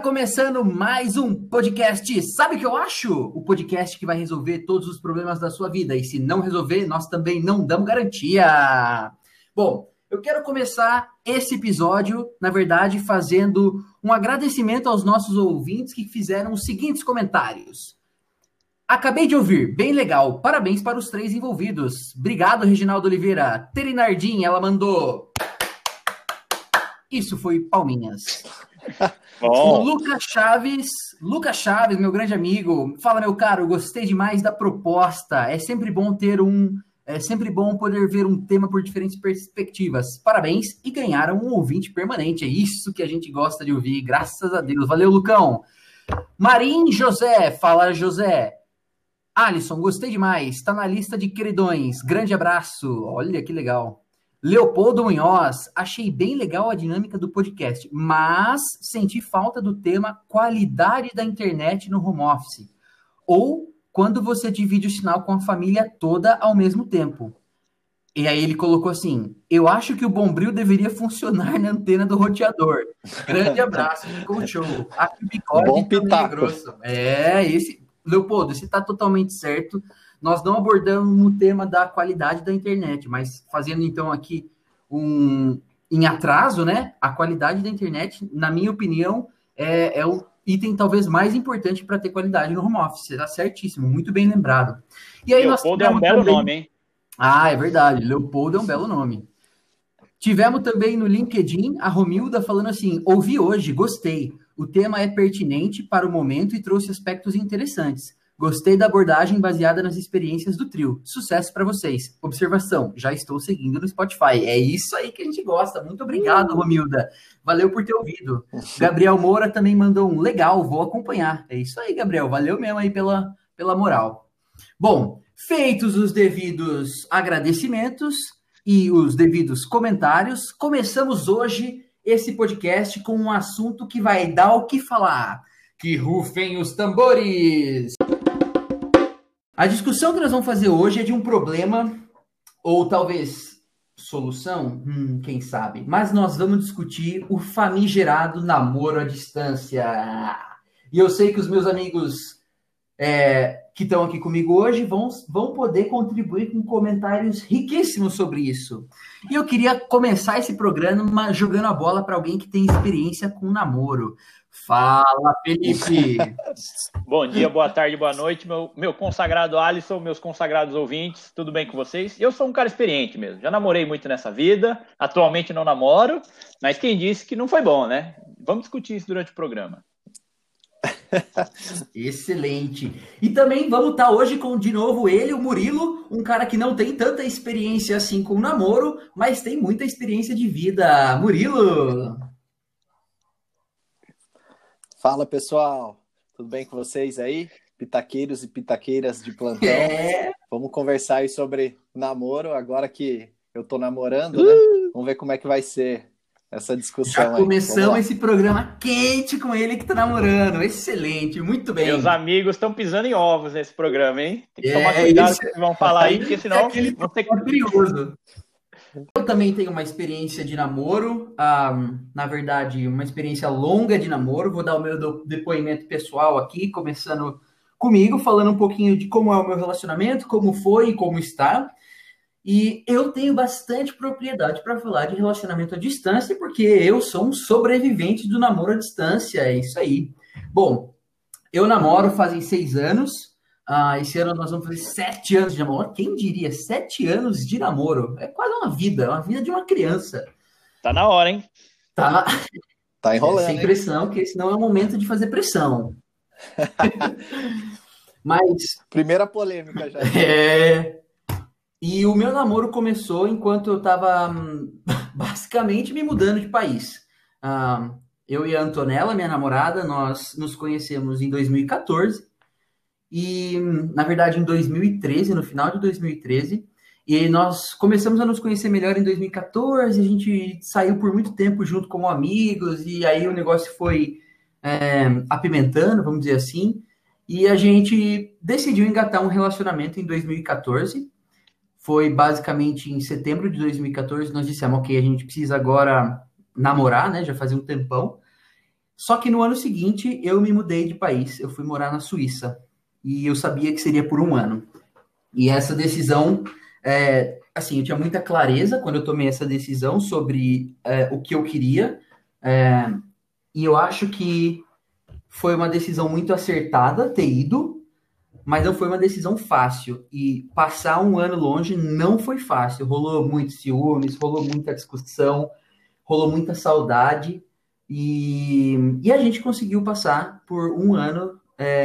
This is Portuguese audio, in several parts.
começando mais um podcast. Sabe o que eu acho? O podcast que vai resolver todos os problemas da sua vida. E se não resolver, nós também não damos garantia. Bom, eu quero começar esse episódio, na verdade, fazendo um agradecimento aos nossos ouvintes que fizeram os seguintes comentários. Acabei de ouvir, bem legal. Parabéns para os 3 envolvidos. Obrigado, Reginaldo Oliveira. Terinardim, ela mandou. Isso foi palminhas. O Lucas Chaves, meu grande amigo, fala, meu caro, gostei demais da proposta. É sempre bom poder ver um tema por diferentes perspectivas. Parabéns e ganharam um ouvinte permanente. É isso que a gente gosta de ouvir, graças a Deus. Valeu, Lucão. Marim José, fala, José. Alisson, gostei demais. Está na lista de queridões. Grande abraço. Olha que legal. Leopoldo Munhoz, achei bem legal a dinâmica do podcast, mas senti falta do tema qualidade da internet no home office. Ou quando você divide o sinal com a família toda ao mesmo tempo. E aí ele colocou assim, eu acho que o Bombril deveria funcionar na antena do roteador. Grande abraço, ficou show. Aqui o bigode bom também pitaco. É grosso. Leopoldo, você está totalmente certo. Nós não abordamos o tema da qualidade da internet, mas fazendo então aqui em atraso, né? A qualidade da internet, na minha opinião, é o item talvez mais importante para ter qualidade no home office. Está certíssimo, muito bem lembrado. E aí Leopoldo é um belo nome, hein? Ah, é verdade. Leopoldo é um belo nome. Tivemos também no LinkedIn a Romilda falando assim, ouvi hoje, gostei. O tema é pertinente para o momento e trouxe aspectos interessantes. Gostei da abordagem baseada nas experiências do trio. Sucesso para vocês. Observação, já estou seguindo no Spotify. É isso aí que a gente gosta. Muito obrigado, Romilda. Valeu por ter ouvido. Gabriel Moura também mandou um legal, vou acompanhar. É isso aí, Gabriel. Valeu mesmo aí pela moral. Bom, feitos os devidos agradecimentos e os devidos comentários, começamos hoje esse podcast com um assunto que vai dar o que falar. Que rufem os tambores! A discussão que nós vamos fazer hoje é de um problema, ou talvez solução, quem sabe, mas nós vamos discutir o famigerado namoro à distância. E eu sei que os meus amigos que estão aqui comigo hoje vão poder contribuir com comentários riquíssimos sobre isso. E eu queria começar esse programa jogando a bola para alguém que tem experiência com namoro. Fala, Felipe! Bom dia, boa tarde, boa noite, meu consagrado Alisson, meus consagrados ouvintes, tudo bem com vocês? Eu sou um cara experiente mesmo, já namorei muito nessa vida, atualmente não namoro, mas quem disse que não foi bom, né? Vamos discutir isso durante o programa. Excelente. E também vamos estar hoje com, de novo, ele, o Murilo, um cara que não tem tanta experiência assim com namoro, mas tem muita experiência de vida. Murilo! Fala, pessoal. Tudo bem com vocês aí? Pitaqueiros e pitaqueiras de plantão. Vamos conversar aí sobre namoro, agora que eu tô namorando, né? Vamos ver como é que vai ser essa discussão aí. Já começamos esse programa quente com ele que tá namorando. Excelente, muito bem. Meus amigos estão pisando em ovos nesse programa, hein? Tem que tomar cuidado com o que vocês vão falar aí, porque senão vão ter que... curioso. Eu também tenho uma experiência de namoro, na verdade, uma experiência longa de namoro. Vou dar o meu depoimento pessoal aqui, começando comigo, falando um pouquinho de como é o meu relacionamento, como foi e como está. E eu tenho bastante propriedade para falar de relacionamento à distância, porque eu sou um sobrevivente do namoro à distância, é isso aí. Bom, eu namoro fazem 6 anos. Esse ano nós vamos fazer 7 anos de namoro. Quem diria? 7 anos de namoro. É quase uma vida de uma criança. Tá na hora, hein? Tá enrolando. Sem pressão, porque senão é o momento de fazer pressão. Mas... Primeira polêmica já. E o meu namoro começou enquanto eu estava basicamente me mudando de país. Eu e a Antonella, minha namorada, nós nos conhecemos em 2014. E, na verdade, em 2013, no final de 2013, e nós começamos a nos conhecer melhor em 2014, a gente saiu por muito tempo junto como amigos, e aí o negócio foi apimentando, vamos dizer assim, e a gente decidiu engatar um relacionamento em 2014, foi basicamente em setembro de 2014, nós dissemos, ok, a gente precisa agora namorar, né, já fazia um tempão, Só que no ano seguinte, eu me mudei de país. Eu fui morar na Suíça. E eu sabia que seria por um ano. E essa decisão, assim, eu tinha muita clareza quando eu tomei essa decisão sobre o que eu queria. E eu acho que foi uma decisão muito acertada ter ido, mas não foi uma decisão fácil. E passar um ano longe não foi fácil. Rolou muito ciúmes, rolou muita discussão, rolou muita saudade. E a gente conseguiu passar por um ano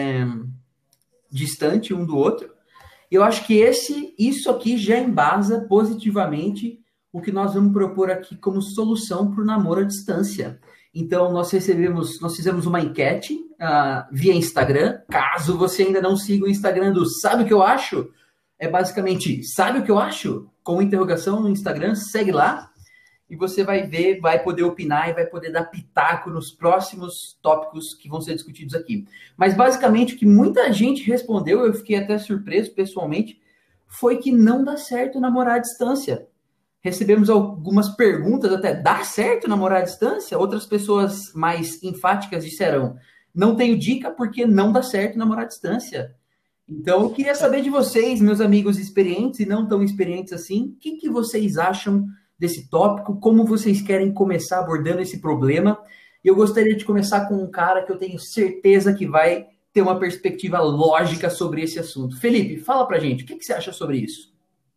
distante um do outro. Eu acho que isso aqui já embasa positivamente o que nós vamos propor aqui como solução para o namoro à distância. Então, nós fizemos uma enquete via Instagram. Caso você ainda não siga o Instagram do Sabe o que eu acho? É basicamente, sabe o que eu acho? Com interrogação no Instagram, segue lá. E você vai ver, vai poder opinar e vai poder dar pitaco nos próximos tópicos que vão ser discutidos aqui. Mas, basicamente, o que muita gente respondeu, eu fiquei até surpreso pessoalmente, foi que não dá certo namorar à distância. Recebemos algumas perguntas até, dá certo namorar à distância? Outras pessoas mais enfáticas disseram, não tenho dica porque não dá certo namorar à distância. Então, eu queria saber de vocês, meus amigos experientes e não tão experientes assim, o que vocês acham desse tópico, como vocês querem começar abordando esse problema. E eu gostaria de começar com um cara que eu tenho certeza que vai ter uma perspectiva lógica sobre esse assunto. Felipe, fala pra gente, o que você acha sobre isso?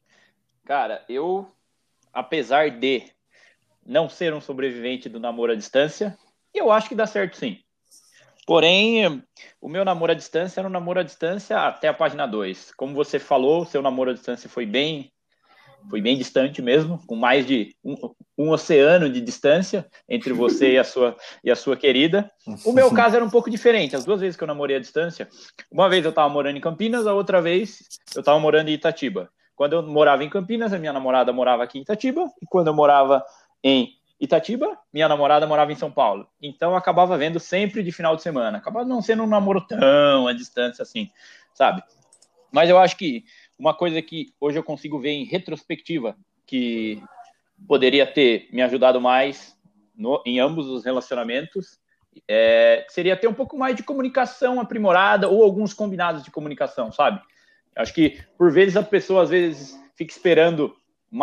Cara, eu, apesar de não ser um sobrevivente do namoro à distância, eu acho que dá certo sim. Porém, o meu namoro à distância era um namoro à distância até a página 2. Como você falou, seu namoro à distância foi bem distante mesmo, com mais de um oceano de distância entre você e a sua querida. O meu caso era um pouco diferente. As duas vezes que eu namorei à distância, uma vez eu estava morando em Campinas, a outra vez eu estava morando em Itatiba. Quando eu morava em Campinas, a minha namorada morava aqui em Itatiba, e quando eu morava em Itatiba, minha namorada morava em São Paulo. Então eu acabava vendo sempre de final de semana. Acabava não sendo um namoro tão à distância assim, sabe? Mas eu acho que uma coisa que hoje eu consigo ver em retrospectiva, que poderia ter me ajudado mais em ambos os relacionamentos, seria ter um pouco mais de comunicação aprimorada ou alguns combinados de comunicação, sabe? Acho que, por vezes, a pessoa, às vezes, fica esperando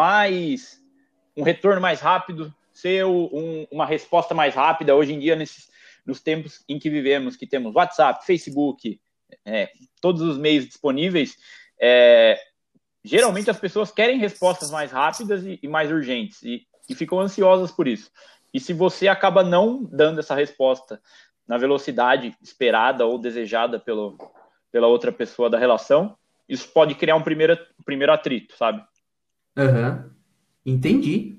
um retorno mais rápido, ser uma resposta mais rápida. Hoje em dia, nos tempos em que vivemos, que temos WhatsApp, Facebook, todos os meios disponíveis, geralmente as pessoas querem respostas mais rápidas e mais urgentes e ficam ansiosas por isso. E se você acaba não dando essa resposta na velocidade esperada ou desejada pela outra pessoa da relação, isso pode criar um primeiro atrito, sabe? Uhum. Entendi.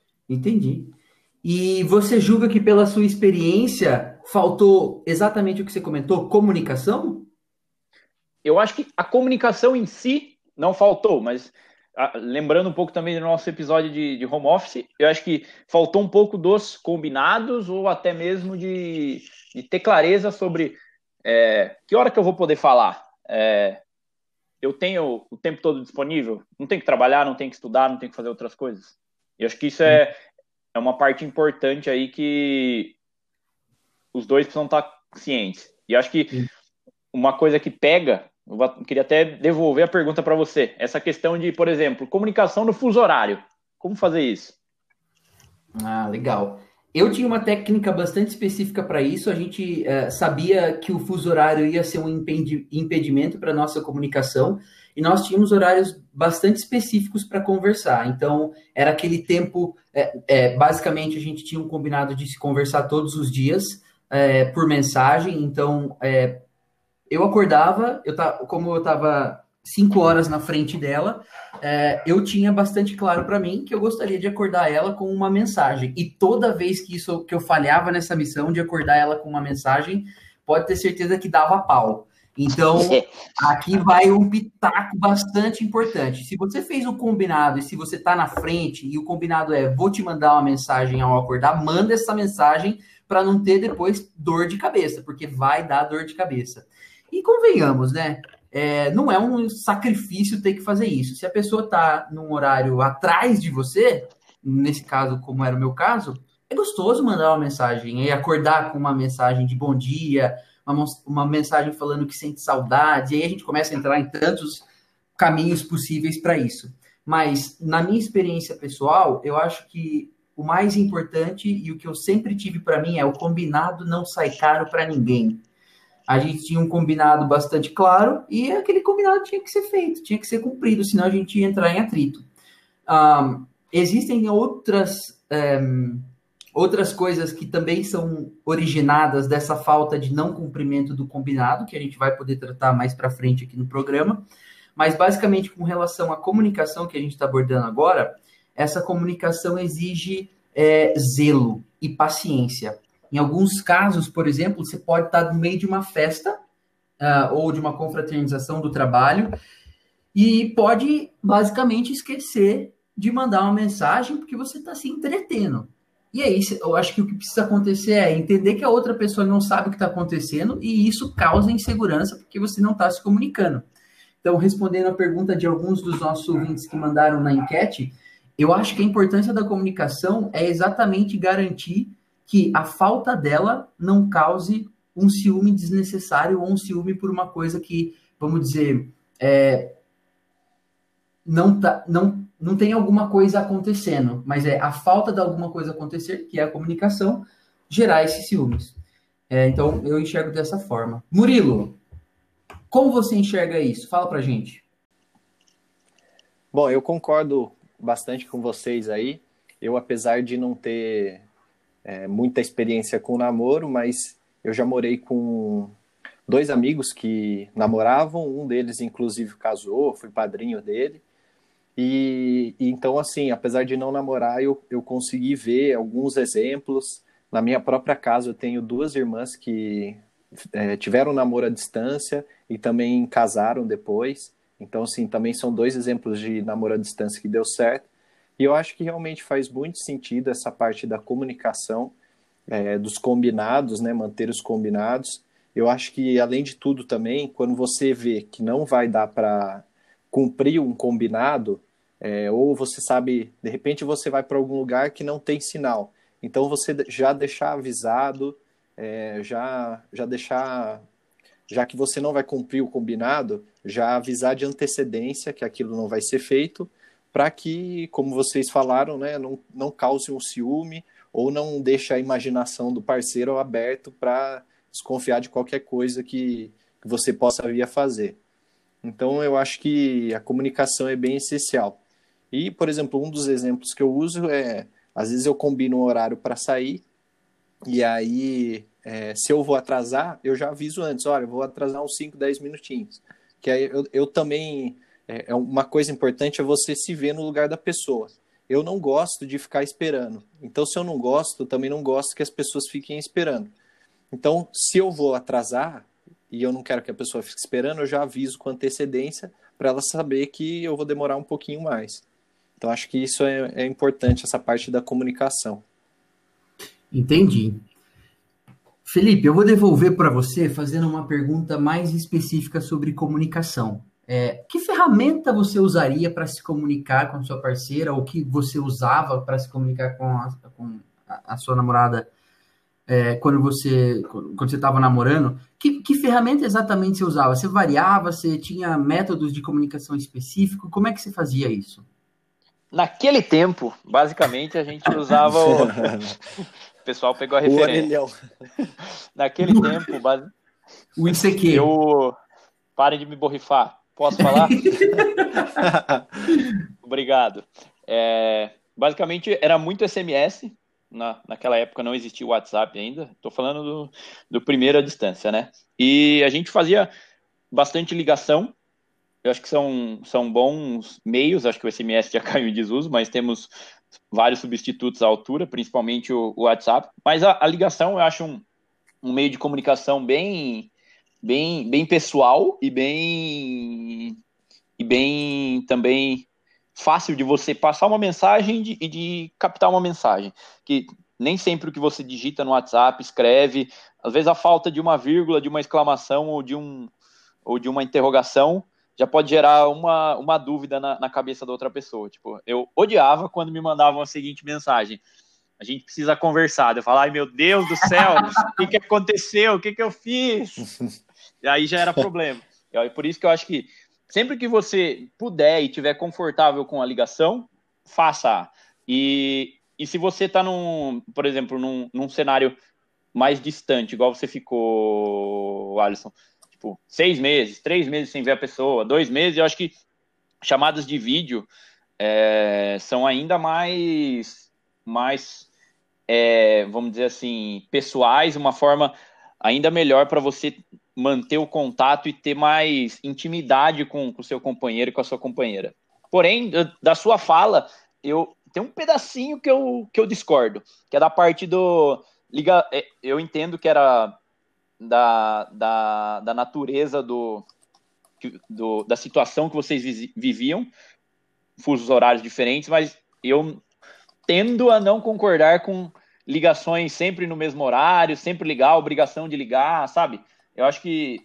E você julga que pela sua experiência faltou exatamente o que você comentou, comunicação? Eu acho que a comunicação em si não faltou, mas lembrando um pouco também do nosso episódio de home office, eu acho que faltou um pouco dos combinados ou até mesmo de ter clareza sobre que hora que eu vou poder falar. Eu tenho o tempo todo disponível, não tenho que trabalhar, não tenho que estudar, não tenho que fazer outras coisas. E acho que isso é uma parte importante aí que os dois precisam estar cientes. E acho que uma coisa que pega, eu queria até devolver a pergunta para você, essa questão de, por exemplo, comunicação no fuso horário. Como fazer isso? Ah, legal. Eu tinha uma técnica bastante específica para isso. A gente sabia que o fuso horário ia ser um impedimento para a nossa comunicação e nós tínhamos horários bastante específicos para conversar. Então, era aquele tempo... basicamente, a gente tinha um combinado de se conversar todos os dias por mensagem. Então, eu acordava, como eu estava 5 horas na frente dela, eu tinha bastante claro para mim que eu gostaria de acordar ela com uma mensagem. E toda vez que eu falhava nessa missão de acordar ela com uma mensagem, pode ter certeza que dava pau. Então, aqui vai um pitaco bastante importante. Se você fez o combinado e se você está na frente e o combinado vou te mandar uma mensagem ao acordar, manda essa mensagem para não ter depois dor de cabeça, porque vai dar dor de cabeça. E convenhamos, né? Não é um sacrifício ter que fazer isso. Se a pessoa está num horário atrás de você, nesse caso, como era o meu caso, é gostoso mandar uma mensagem, e acordar com uma mensagem de bom dia, uma mensagem falando que sente saudade, e aí a gente começa a entrar em tantos caminhos possíveis para isso. Mas, na minha experiência pessoal, eu acho que o mais importante e o que eu sempre tive para mim é o combinado não sai caro para ninguém. A gente tinha um combinado bastante claro e aquele combinado tinha que ser feito, tinha que ser cumprido, senão a gente ia entrar em atrito. Existem outras coisas que também são originadas dessa falta de não cumprimento do combinado, que a gente vai poder tratar mais para frente aqui no programa, mas basicamente com relação à comunicação que a gente está abordando agora, essa comunicação exige zelo e paciência. Em alguns casos, por exemplo, você pode estar no meio de uma festa ou de uma confraternização do trabalho e pode basicamente esquecer de mandar uma mensagem porque você está se entretendo. E aí, eu acho que o que precisa acontecer é entender que a outra pessoa não sabe o que está acontecendo e isso causa insegurança porque você não está se comunicando. Então, respondendo a pergunta de alguns dos nossos ouvintes que mandaram na enquete, eu acho que a importância da comunicação é exatamente garantir que a falta dela não cause um ciúme desnecessário ou um ciúme por uma coisa que, vamos dizer, não tem alguma coisa acontecendo, mas é a falta de alguma coisa acontecer, que é a comunicação, gerar esses ciúmes. Então, eu enxergo dessa forma. Murilo, como você enxerga isso? Fala pra gente. Bom, eu concordo bastante com vocês aí. Eu, apesar de não ter muita experiência com namoro, mas eu já morei com 2 amigos que namoravam, um deles, inclusive, casou, fui padrinho dele. E então, assim, apesar de não namorar, eu consegui ver alguns exemplos. Na minha própria casa, eu tenho 2 irmãs que tiveram namoro à distância e também casaram depois. Então, assim, também são 2 exemplos de namoro à distância que deu certo. E eu acho que realmente faz muito sentido essa parte da comunicação, dos combinados, né, manter os combinados. Eu acho que, além de tudo também, quando você vê que não vai dar para cumprir um combinado, ou você sabe, de repente você vai para algum lugar que não tem sinal. Então, você já deixar avisado, já deixar, já que você não vai cumprir o combinado, já avisar de antecedência que aquilo não vai ser feito, para que, como vocês falaram, né, não cause um ciúme ou não deixe a imaginação do parceiro aberto para desconfiar de qualquer coisa que você possa vir a fazer. Então, eu acho que a comunicação é bem essencial. E, por exemplo, um dos exemplos que eu uso às vezes eu combino um horário para sair, e aí, se eu vou atrasar, eu já aviso antes, olha, eu vou atrasar uns 5, 10 minutinhos. Que aí eu também, uma coisa importante é você se ver no lugar da pessoa. Eu não gosto de ficar esperando. Então, se eu não gosto, eu também não gosto que as pessoas fiquem esperando. Então, se eu vou atrasar e eu não quero que a pessoa fique esperando, eu já aviso com antecedência para ela saber que eu vou demorar um pouquinho mais. Então, acho que isso é importante, essa parte da comunicação. Entendi. Felipe, eu vou devolver para você fazendo uma pergunta mais específica sobre comunicação. Que ferramenta você usaria para se comunicar com a sua parceira, ou que você usava para se comunicar com a sua namorada quando você estava namorando? Que ferramenta exatamente você usava? Você variava? Você tinha métodos de comunicação específicos? Como é que você fazia isso? Naquele tempo, basicamente, a gente usava o... O pessoal pegou a referência. Naquele tempo, o ICQ. Parem de me borrifar. Posso falar? Obrigado. Basicamente, era muito SMS. Naquela época não existia o WhatsApp ainda. Estou falando do primeiro à distância, né? E a gente fazia bastante ligação. Eu acho que são bons meios. Acho que o SMS já caiu em desuso, mas temos vários substitutos à altura, principalmente o WhatsApp. Mas a ligação eu acho um meio de comunicação bem pessoal e bem também fácil de você passar uma mensagem e de captar uma mensagem. Que nem sempre o que você digita no WhatsApp, escreve, às vezes a falta de uma vírgula, de uma exclamação ou de uma interrogação já pode gerar uma dúvida na cabeça da outra pessoa. Tipo, eu odiava quando me mandavam a seguinte mensagem: a gente precisa conversar. Eu falo, ai meu Deus do céu, o que aconteceu? O que eu fiz? E aí já era problema. Por isso que eu acho que sempre que você puder e estiver confortável com a ligação, faça. E se você está por exemplo, num cenário mais distante, igual você ficou, Alisson, tipo, 6 meses, 3 meses sem ver a pessoa, 2 meses, eu acho que chamadas de vídeo são ainda mais vamos dizer assim, pessoais, uma forma ainda melhor para você manter o contato e ter mais intimidade com o seu companheiro e com a sua companheira. Porém, da sua fala, tem um pedacinho que eu discordo, que é da parte eu entendo que era da natureza da situação que vocês viviam, fusos horários diferentes, mas eu tendo a não concordar com ligações sempre no mesmo horário, sempre ligar, obrigação de ligar, sabe? Eu acho que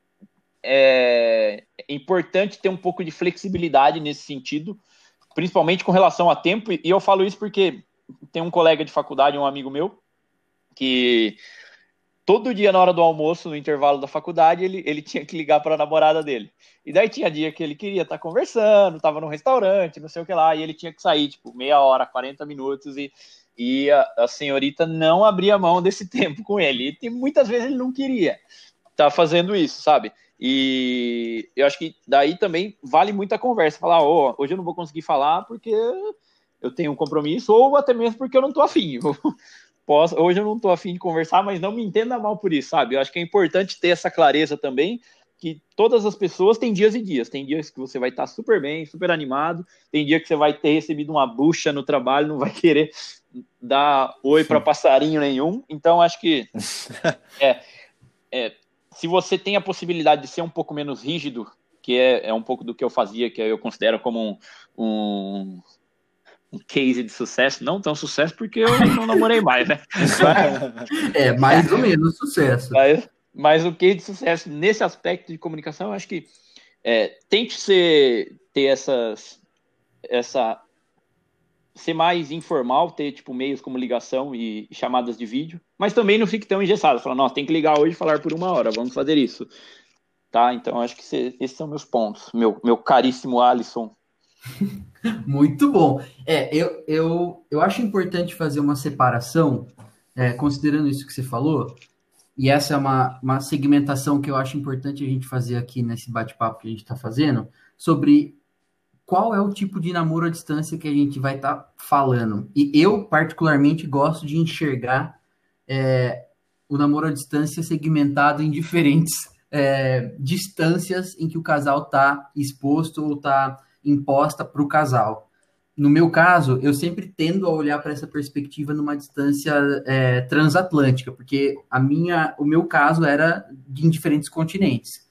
é importante ter um pouco de flexibilidade nesse sentido, principalmente com relação a tempo, e eu falo isso porque tem um colega de faculdade, um amigo meu, que todo dia na hora do almoço, no intervalo da faculdade, ele tinha que ligar para a namorada dele. E daí tinha dia que ele queria estar conversando, estava num restaurante, não sei o que lá, e ele tinha que sair, tipo, meia hora, 40 minutos, e a senhorita não abria mão desse tempo com ele. E muitas vezes ele não queria estar fazendo isso, sabe? E eu acho que daí também vale muito a conversa. Falar, hoje eu não vou conseguir falar porque eu tenho um compromisso, ou até mesmo porque eu não tô afim. Hoje eu não tô afim de conversar, mas não me entenda mal por isso, sabe? Eu acho que é importante ter essa clareza também, que todas as pessoas têm dias e dias. Tem dias que você vai estar super bem, super animado. Tem dia que você vai ter recebido uma bucha no trabalho, não vai querer dar oi para passarinho nenhum. Então, acho que se você tem a possibilidade de ser um pouco menos rígido, que é um pouco do que eu fazia, que eu considero como um case de sucesso, não tão sucesso porque eu não namorei mais, né? Mais ou menos sucesso. Mas o case de sucesso nesse aspecto de comunicação, eu acho que tente ter ser mais informal, ter tipo meios como ligação e chamadas de vídeo, mas também não fique tão engessado, falando, nossa, tem que ligar hoje e falar por 1 hora, vamos fazer isso, tá? Então acho que esses são meus pontos, meu caríssimo Alisson. Muito bom. Eu acho importante fazer uma separação, considerando isso que você falou, e essa é uma segmentação que eu acho importante a gente fazer aqui nesse bate-papo que a gente está fazendo, sobre qual é o tipo de namoro à distância que a gente vai estar falando. E eu, particularmente, gosto de enxergar o namoro à distância segmentado em diferentes distâncias em que o casal está exposto ou está imposta para o casal. No meu caso, eu sempre tendo a olhar para essa perspectiva numa distância transatlântica, porque o meu caso era em diferentes continentes.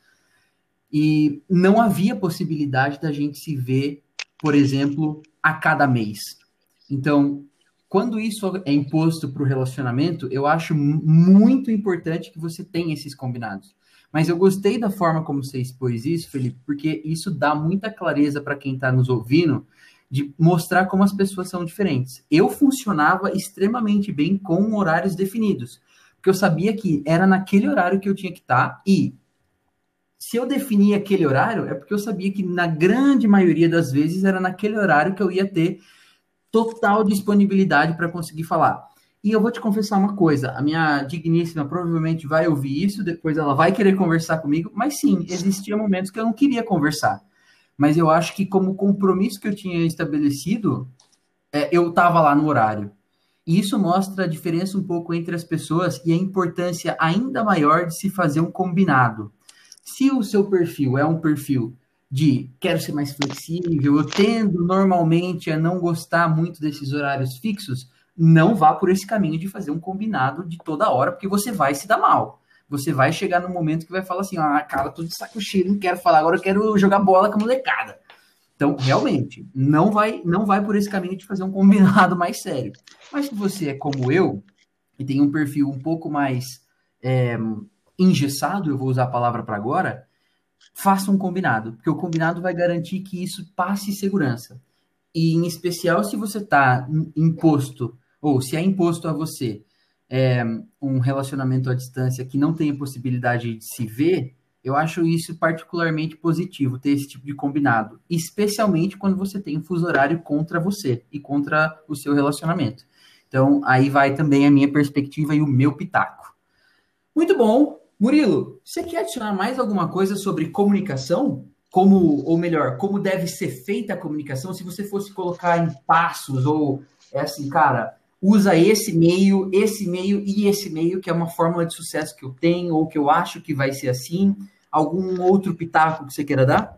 E não havia possibilidade da gente se ver, por exemplo, a cada mês. Então, quando isso é imposto para o relacionamento, eu acho muito importante que você tenha esses combinados. Mas eu gostei da forma como você expôs isso, Felipe, porque isso dá muita clareza para quem está nos ouvindo, de mostrar como as pessoas são diferentes. Eu funcionava extremamente bem com horários definidos, porque eu sabia que era naquele horário que eu tinha que estar, e se eu definia aquele horário, é porque eu sabia que na grande maioria das vezes era naquele horário que eu ia ter total disponibilidade para conseguir falar. E eu vou te confessar uma coisa, a minha digníssima provavelmente vai ouvir isso, depois ela vai querer conversar comigo, mas sim, existiam momentos que eu não queria conversar. Mas eu acho que como compromisso que eu tinha estabelecido, eu estava lá no horário. E isso mostra a diferença um pouco entre as pessoas e a importância ainda maior de se fazer um combinado. Se o seu perfil é um perfil de quero ser mais flexível, eu tendo normalmente a não gostar muito desses horários fixos, não vá por esse caminho de fazer um combinado de toda hora, porque você vai se dar mal. Você vai chegar no momento que vai falar assim, cara, tô de saco cheio, não quero falar, agora eu quero jogar bola com a molecada. Então, realmente, não vai por esse caminho de fazer um combinado mais sério. Mas se você é como eu, e tem um perfil um pouco mais engessado, eu vou usar a palavra para agora, faça um combinado, porque o combinado vai garantir que isso passe segurança. E, em especial, se você está imposto ou se é imposto a você um relacionamento à distância que não tem a possibilidade de se ver, eu acho isso particularmente positivo, ter esse tipo de combinado, especialmente quando você tem um fuso horário contra você e contra o seu relacionamento. Então, aí vai também a minha perspectiva e o meu pitaco. Muito bom. Murilo, você quer adicionar mais alguma coisa sobre comunicação? Como, ou melhor, como deve ser feita a comunicação? Se você fosse colocar em passos, ou é assim, cara, usa esse meio e esse meio, que é uma fórmula de sucesso que eu tenho, ou que eu acho que vai ser assim. Algum outro pitaco que você queira dar?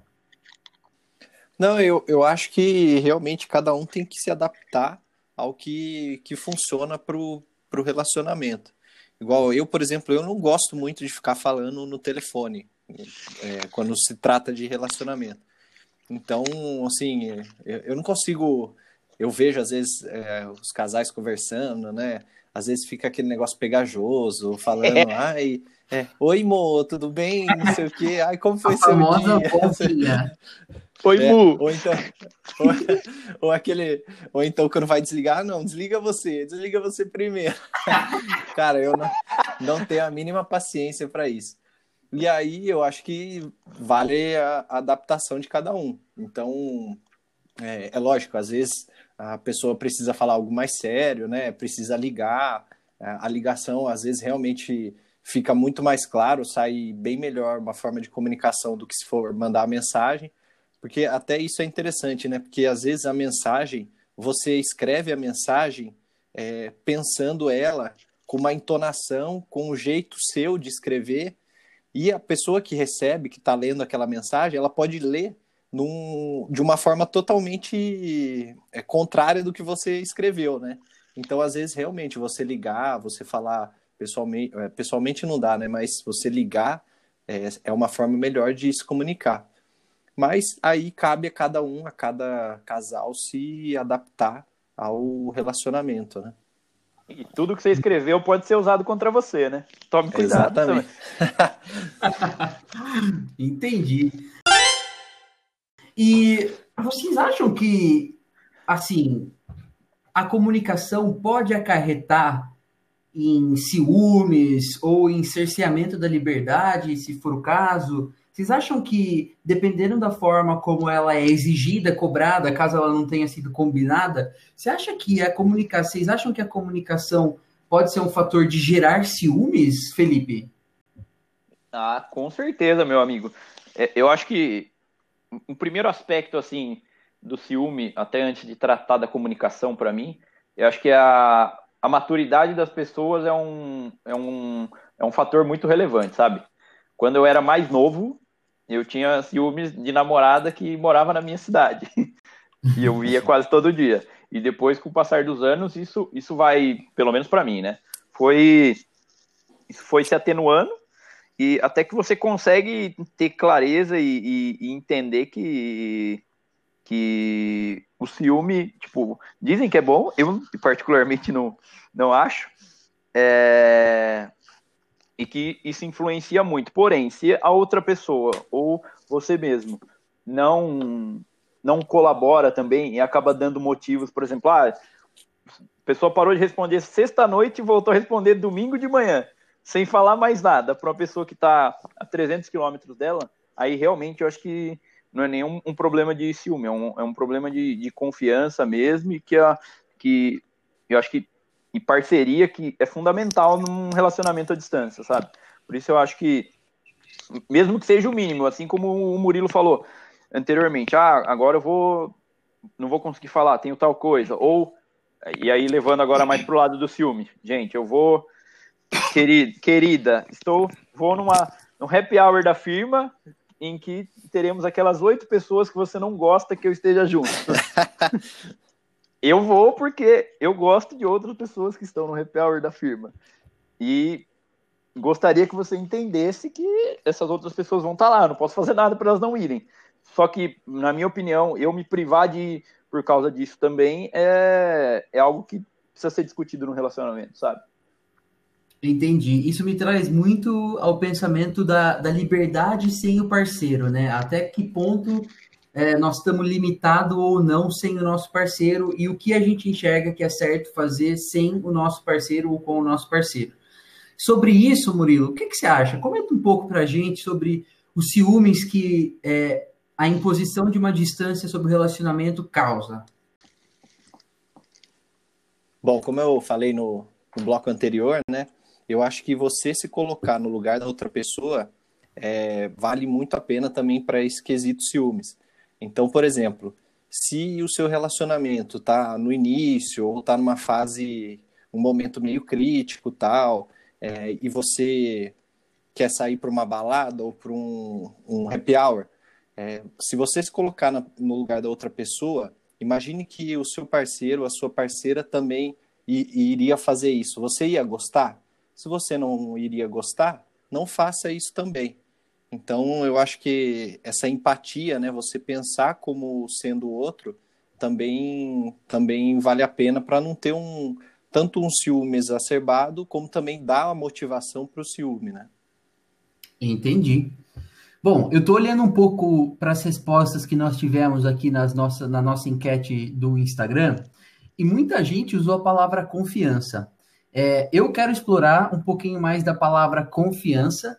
Não, eu acho que realmente cada um tem que se adaptar ao que funciona pro relacionamento. Igual eu, por exemplo, eu não gosto muito de ficar falando no telefone, quando se trata de relacionamento. Então, assim, eu não consigo. Eu vejo, às vezes, os casais conversando, né? Às vezes fica aquele negócio pegajoso, falando, ai, oi, mo, tudo bem? Não sei o quê, ai, como A foi seu famosa dia? voltinha. Oi, Mu! Ou então, ou, ou aquele, ou então quando vai desligar, não, desliga você primeiro. Cara, eu não tenho a mínima paciência para isso. E aí eu acho que vale a adaptação de cada um. Então, é lógico, às vezes a pessoa precisa falar algo mais sério, né? Precisa ligar. A ligação, às vezes, realmente fica muito mais claro, sai bem melhor uma forma de comunicação do que se for mandar a mensagem. Porque até isso é interessante, né? Porque às vezes a mensagem, você escreve a mensagem pensando ela com uma entonação, com um jeito seu de escrever, e a pessoa que recebe, que está lendo aquela mensagem, ela pode ler de uma forma totalmente contrária do que você escreveu, né? Então, às vezes, realmente, você ligar, você falar pessoalmente, pessoalmente não dá, né? Mas você ligar é uma forma melhor de se comunicar. Mas aí cabe a cada um, a cada casal se adaptar ao relacionamento, né? E tudo que você escreveu pode ser usado contra você, né? Tome cuidado também. Exatamente. Entendi. E vocês acham que, assim, a comunicação pode acarretar em ciúmes ou em cerceamento da liberdade, se for o caso? Vocês acham que, dependendo da forma como ela é exigida, cobrada, caso ela não tenha sido combinada, vocês acham que a comunicação pode ser um fator de gerar ciúmes, Felipe? Ah, com certeza, meu amigo. Eu acho que o primeiro aspecto, assim, do ciúme, até antes de tratar da comunicação para mim, eu acho que a maturidade das pessoas é um fator muito relevante, sabe? Quando eu era mais novo, eu tinha ciúmes de namorada que morava na minha cidade. E eu ia quase todo dia. E depois, com o passar dos anos, isso vai, pelo menos para mim, né? Isso foi se atenuando, e até que você consegue ter clareza e entender que o ciúme, tipo, dizem que é bom, eu particularmente não acho, e que isso influencia muito. Porém, se a outra pessoa ou você mesmo não colabora também e acaba dando motivos, por exemplo, a pessoa parou de responder sexta-noite e voltou a responder domingo de manhã, sem falar mais nada, para uma pessoa que está a 300 quilômetros dela, aí realmente eu acho que não é nenhum um problema de ciúme, é um problema de confiança mesmo, e que eu acho que e parceria, que é fundamental num relacionamento à distância, sabe? Por isso eu acho que, mesmo que seja o mínimo, assim como o Murilo falou anteriormente, agora não vou conseguir falar, tenho tal coisa, ou, e aí levando agora mais pro lado do ciúme, gente, eu vou, querida, vou num happy hour da firma, em que teremos aquelas 8 pessoas que você não gosta que eu esteja junto. Eu vou porque eu gosto de outras pessoas que estão no happy hour da firma. E gostaria que você entendesse que essas outras pessoas vão estar lá. Eu não posso fazer nada para elas não irem. Só que, na minha opinião, eu me privar de ir por causa disso também é algo que precisa ser discutido no relacionamento, sabe? Entendi. Isso me traz muito ao pensamento da liberdade sem o parceiro, né? Até que ponto nós estamos limitados ou não sem o nosso parceiro e o que a gente enxerga que é certo fazer sem o nosso parceiro ou com o nosso parceiro. Sobre isso, Murilo, o que você acha? Comenta um pouco para a gente sobre os ciúmes que a imposição de uma distância sobre o relacionamento causa. Bom, como eu falei no bloco anterior, né? Eu acho que você se colocar no lugar da outra pessoa vale muito a pena também para esse quesito ciúmes. Então, por exemplo, se o seu relacionamento está no início ou está numa fase, um momento meio crítico, tal, e você quer sair para uma balada ou para um happy hour, se você se colocar no lugar da outra pessoa, imagine que o seu parceiro, a sua parceira também iria fazer isso. Você ia gostar? Se você não iria gostar, não faça isso também. Então, eu acho que essa empatia, né, você pensar como sendo o outro, também vale a pena para não ter tanto um ciúme exacerbado, como também dar a motivação para o ciúme, né? Entendi. Bom, eu estou olhando um pouco para as respostas que nós tivemos aqui na nossa enquete do Instagram, e muita gente usou a palavra confiança. Eu quero explorar um pouquinho mais da palavra confiança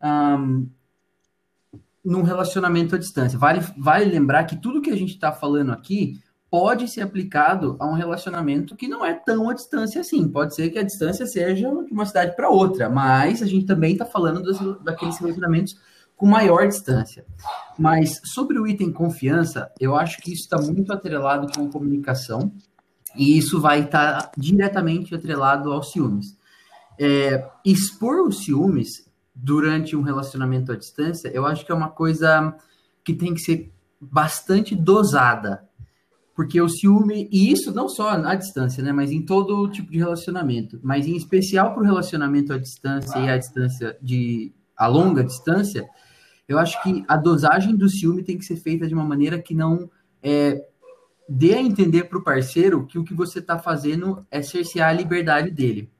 num relacionamento à distância. Vale lembrar que tudo que a gente está falando aqui pode ser aplicado a um relacionamento que não é tão à distância assim. Pode ser que a distância seja de uma cidade para outra, mas a gente também está falando daqueles relacionamentos com maior distância. Mas sobre o item confiança, eu acho que isso está muito atrelado com comunicação e isso vai estar diretamente atrelado aos ciúmes. Expor os ciúmes durante um relacionamento à distância, eu acho que é uma coisa que tem que ser bastante dosada. Porque o ciúme, e isso não só à distância, né, mas em todo tipo de relacionamento, mas em especial para o relacionamento à distância e à distância a longa distância, eu acho que a dosagem do ciúme tem que ser feita de uma maneira que não dê a entender para o parceiro que o que você está fazendo é cercear a liberdade dele.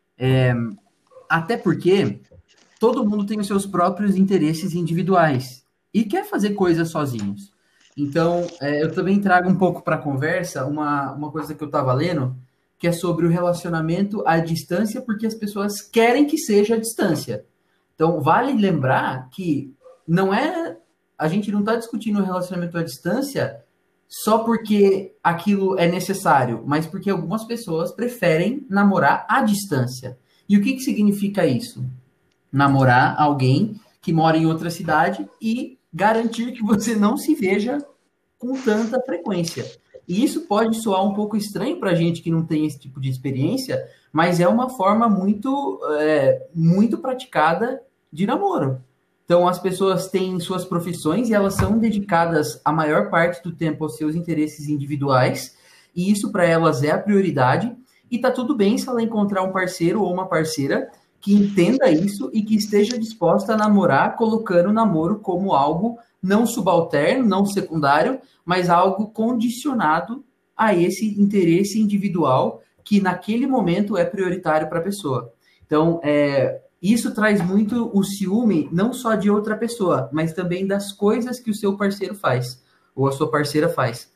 Até porque todo mundo tem os seus próprios interesses individuais e quer fazer coisas sozinhos. Então, eu também trago um pouco para a conversa uma coisa que eu estava lendo, que é sobre o relacionamento à distância, porque as pessoas querem que seja à distância. Então, vale lembrar que a gente não está discutindo o relacionamento à distância só porque aquilo é necessário, mas porque algumas pessoas preferem namorar à distância. E o que significa isso? Namorar alguém que mora em outra cidade e garantir que você não se veja com tanta frequência. E isso pode soar um pouco estranho para a gente que não tem esse tipo de experiência, mas é uma forma muito praticada de namoro. Então, as pessoas têm suas profissões e elas são dedicadas a maior parte do tempo aos seus interesses individuais, e isso para elas é a prioridade, e tá tudo bem se ela encontrar um parceiro ou uma parceira que entenda isso e que esteja disposta a namorar, colocando o namoro como algo não subalterno, não secundário, mas algo condicionado a esse interesse individual que naquele momento é prioritário para a pessoa. Então, isso traz muito o ciúme, não só de outra pessoa, mas também das coisas que o seu parceiro faz, ou a sua parceira faz.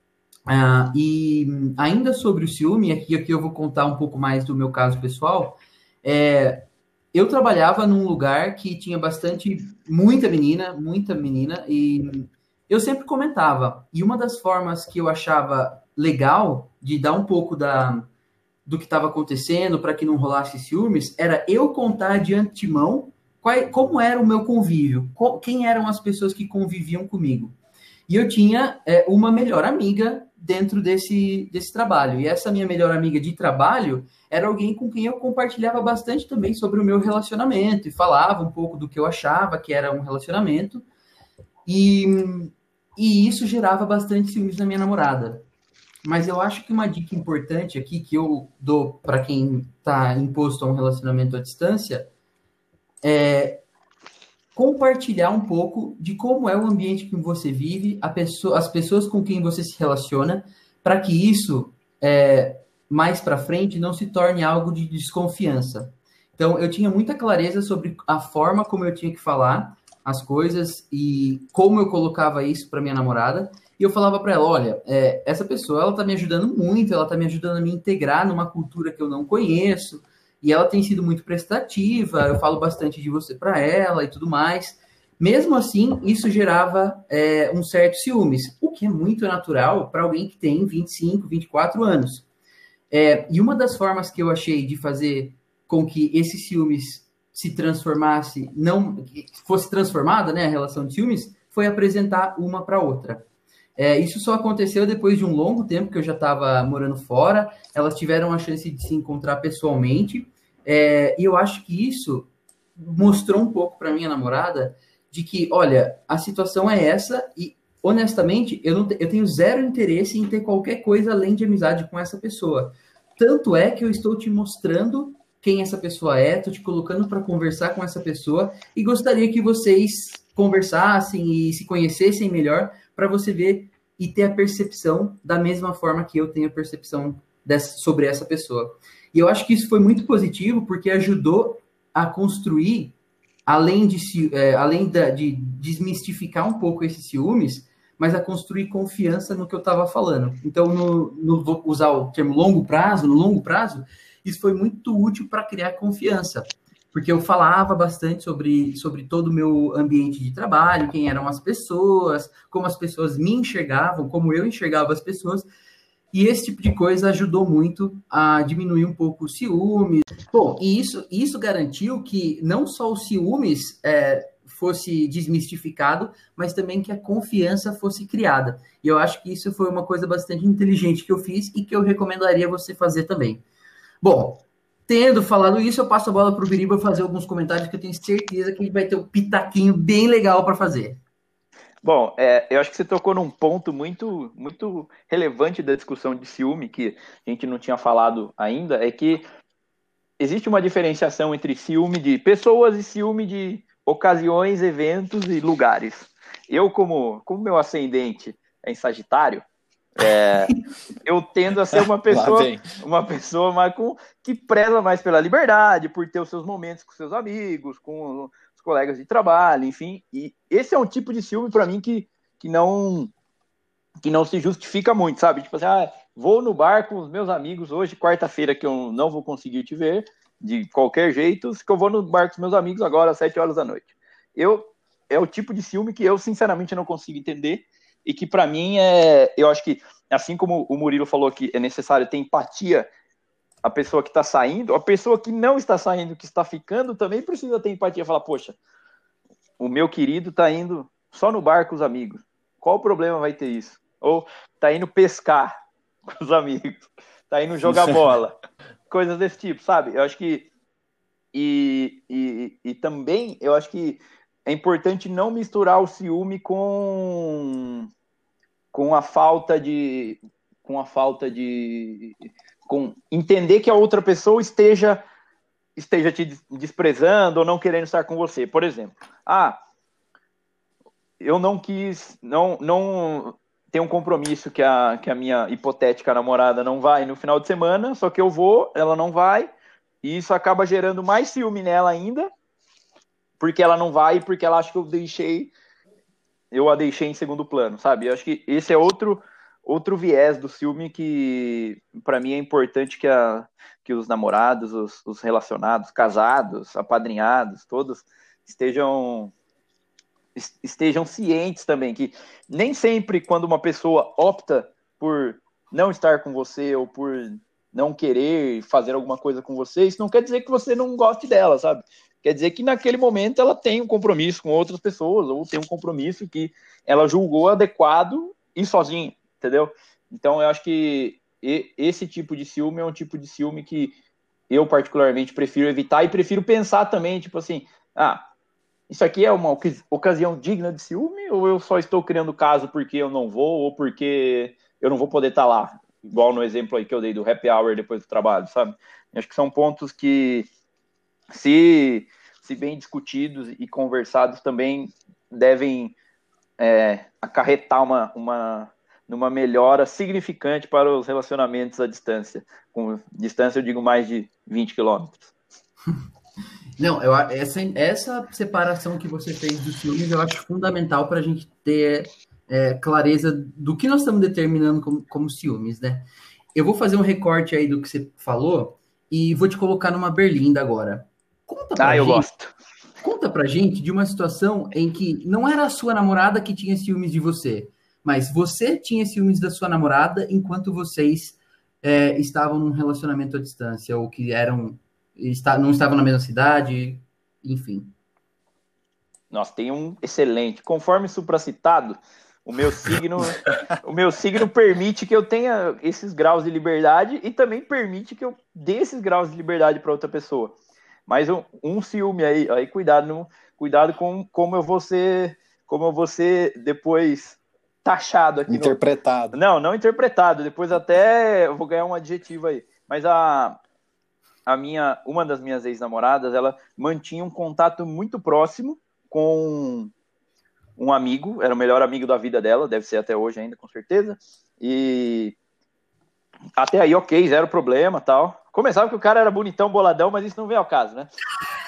E ainda sobre o ciúme, aqui eu vou contar um pouco mais do meu caso pessoal. Eu trabalhava num lugar que tinha muita menina, e eu sempre comentava. E uma das formas que eu achava legal de dar um pouco do que estava acontecendo para que não rolasse ciúmes, era eu contar de antemão como era o meu convívio, quem eram as pessoas que conviviam comigo. E eu tinha uma melhor amiga dentro desse trabalho. E essa minha melhor amiga de trabalho era alguém com quem eu compartilhava bastante também sobre o meu relacionamento e falava um pouco do que eu achava que era um relacionamento. E isso gerava bastante ciúmes na minha namorada. Mas eu acho que uma dica importante aqui que eu dou para quem está imposto a um relacionamento à distância é compartilhar um pouco de como é o ambiente que você vive, as pessoas com quem você se relaciona, para que isso, mais para frente, não se torne algo de desconfiança. Então, eu tinha muita clareza sobre a forma como eu tinha que falar, as coisas e como eu colocava isso para minha namorada. E eu falava para ela, olha, essa pessoa, ela tá me ajudando muito, ela tá me ajudando a me integrar numa cultura que eu não conheço, e ela tem sido muito prestativa, eu falo bastante de você para ela e tudo mais. Mesmo assim, isso gerava um certo ciúmes, o que é muito natural para alguém que tem 25, 24 anos. E uma das formas que eu achei de fazer com que esse ciúmes se transformasse, não fosse transformada, né, a relação de ciúmes, foi apresentar uma para outra. Isso só aconteceu depois de um longo tempo que eu já estava morando fora, elas tiveram a chance de se encontrar pessoalmente, e eu acho que isso mostrou um pouco para minha namorada de que, olha, a situação é essa e, honestamente, eu tenho zero interesse em ter qualquer coisa além de amizade com essa pessoa. Tanto é que eu estou te mostrando quem essa pessoa é, estou te colocando para conversar com essa pessoa e gostaria que vocês conversassem e se conhecessem melhor para você ver e ter a percepção da mesma forma que eu tenho a percepção sobre essa pessoa. E eu acho que isso foi muito positivo porque ajudou a construir, além de desmistificar um pouco esses ciúmes, mas a construir confiança no que eu estava falando. Então, vou usar o termo longo prazo, no longo prazo, isso foi muito útil para criar confiança, porque eu falava bastante sobre todo o meu ambiente de trabalho, quem eram as pessoas, como as pessoas me enxergavam, como eu enxergava as pessoas, e esse tipo de coisa ajudou muito a diminuir um pouco o ciúmes. Bom, e isso garantiu que não só o ciúmes fosse desmistificado, mas também que a confiança fosse criada. E eu acho que isso foi uma coisa bastante inteligente que eu fiz e que eu recomendaria você fazer também. Bom, tendo falado isso, eu passo a bola para o Biriba fazer alguns comentários que eu tenho certeza que ele vai ter um pitaquinho bem legal para fazer. Bom, eu acho que você tocou num ponto muito, muito relevante da discussão de ciúme, que a gente não tinha falado ainda, é que existe uma diferenciação entre ciúme de pessoas e ciúme de ocasiões, eventos e lugares. Eu, como meu ascendente é em Sagitário, eu tendo a ser uma pessoa mais que preza mais pela liberdade, por ter os seus momentos com seus amigos, com os colegas de trabalho, enfim. E esse é um tipo de ciúme para mim que não se justifica muito, sabe? Tipo assim, vou no bar com os meus amigos hoje, quarta-feira, que eu não vou conseguir te ver de qualquer jeito, que eu vou no bar com os meus amigos agora às 7 horas da noite. É o tipo de ciúme que eu sinceramente não consigo entender e que para mim eu acho que, assim como o Murilo falou que é necessário ter empatia, a pessoa que está saindo, a pessoa que não está saindo, que está ficando, também precisa ter empatia, falar, poxa, o meu querido está indo só no bar com os amigos, qual o problema vai ter isso? Ou está indo pescar com os amigos, está indo jogar bola, coisas desse tipo, sabe? Eu acho que e também eu acho que é importante não misturar o ciúme com a falta de com entender que a outra pessoa esteja te desprezando ou não querendo estar com você. Por exemplo, eu não quis, não tem um compromisso que a minha hipotética namorada não vai no final de semana, só que eu vou, ela não vai, e isso acaba gerando mais ciúme nela ainda, porque ela não vai, porque ela acha que eu a deixei em segundo plano, sabe? Eu acho que esse é outro viés do ciúme que, para mim, é importante que os namorados, os relacionados, casados, apadrinhados, todos estejam cientes também, que nem sempre quando uma pessoa opta por não estar com você ou por não querer fazer alguma coisa com você, isso não quer dizer que você não goste dela, sabe? Quer dizer que naquele momento ela tem um compromisso com outras pessoas ou tem um compromisso que ela julgou adequado e sozinha, entendeu? Então eu acho que esse tipo de ciúme é um tipo de ciúme que eu particularmente prefiro evitar e prefiro pensar também, tipo assim, isso aqui é uma ocasião digna de ciúme ou eu só estou criando caso porque eu não vou ou porque eu não vou poder estar lá? Igual no exemplo aí que eu dei do happy hour depois do trabalho, sabe? Acho que são pontos que, se bem discutidos e conversados, também devem acarretar numa melhora significante para os relacionamentos à distância. Com distância eu digo mais de 20 quilômetros. Não, essa separação que você fez dos ciúmes eu acho fundamental para a gente ter clareza do que nós estamos determinando como ciúmes, né? Eu vou fazer um recorte aí do que você falou e vou te colocar numa berlinda agora. Conta pra Eu gente, gosto. conta pra gente de uma situação em que não era a sua namorada que tinha ciúmes de você, mas você tinha ciúmes da sua namorada enquanto vocês estavam num relacionamento à distância, ou que não estavam na mesma cidade, enfim. Nossa, tem um excelente. Conforme supracitado, o meu signo, o meu signo permite que eu tenha esses graus de liberdade e também permite que eu dê esses graus de liberdade para outra pessoa. Mas um ciúme aí cuidado com como eu vou ser depois taxado aqui. Interpretado. Não interpretado. Depois até eu vou ganhar um adjetivo aí. Mas uma das minhas ex-namoradas, ela mantinha um contato muito próximo com um amigo, era o melhor amigo da vida dela, deve ser até hoje ainda, com certeza. E até aí, ok, zero problema, tal. Começava que o cara era bonitão, boladão, mas isso não vem ao caso, né?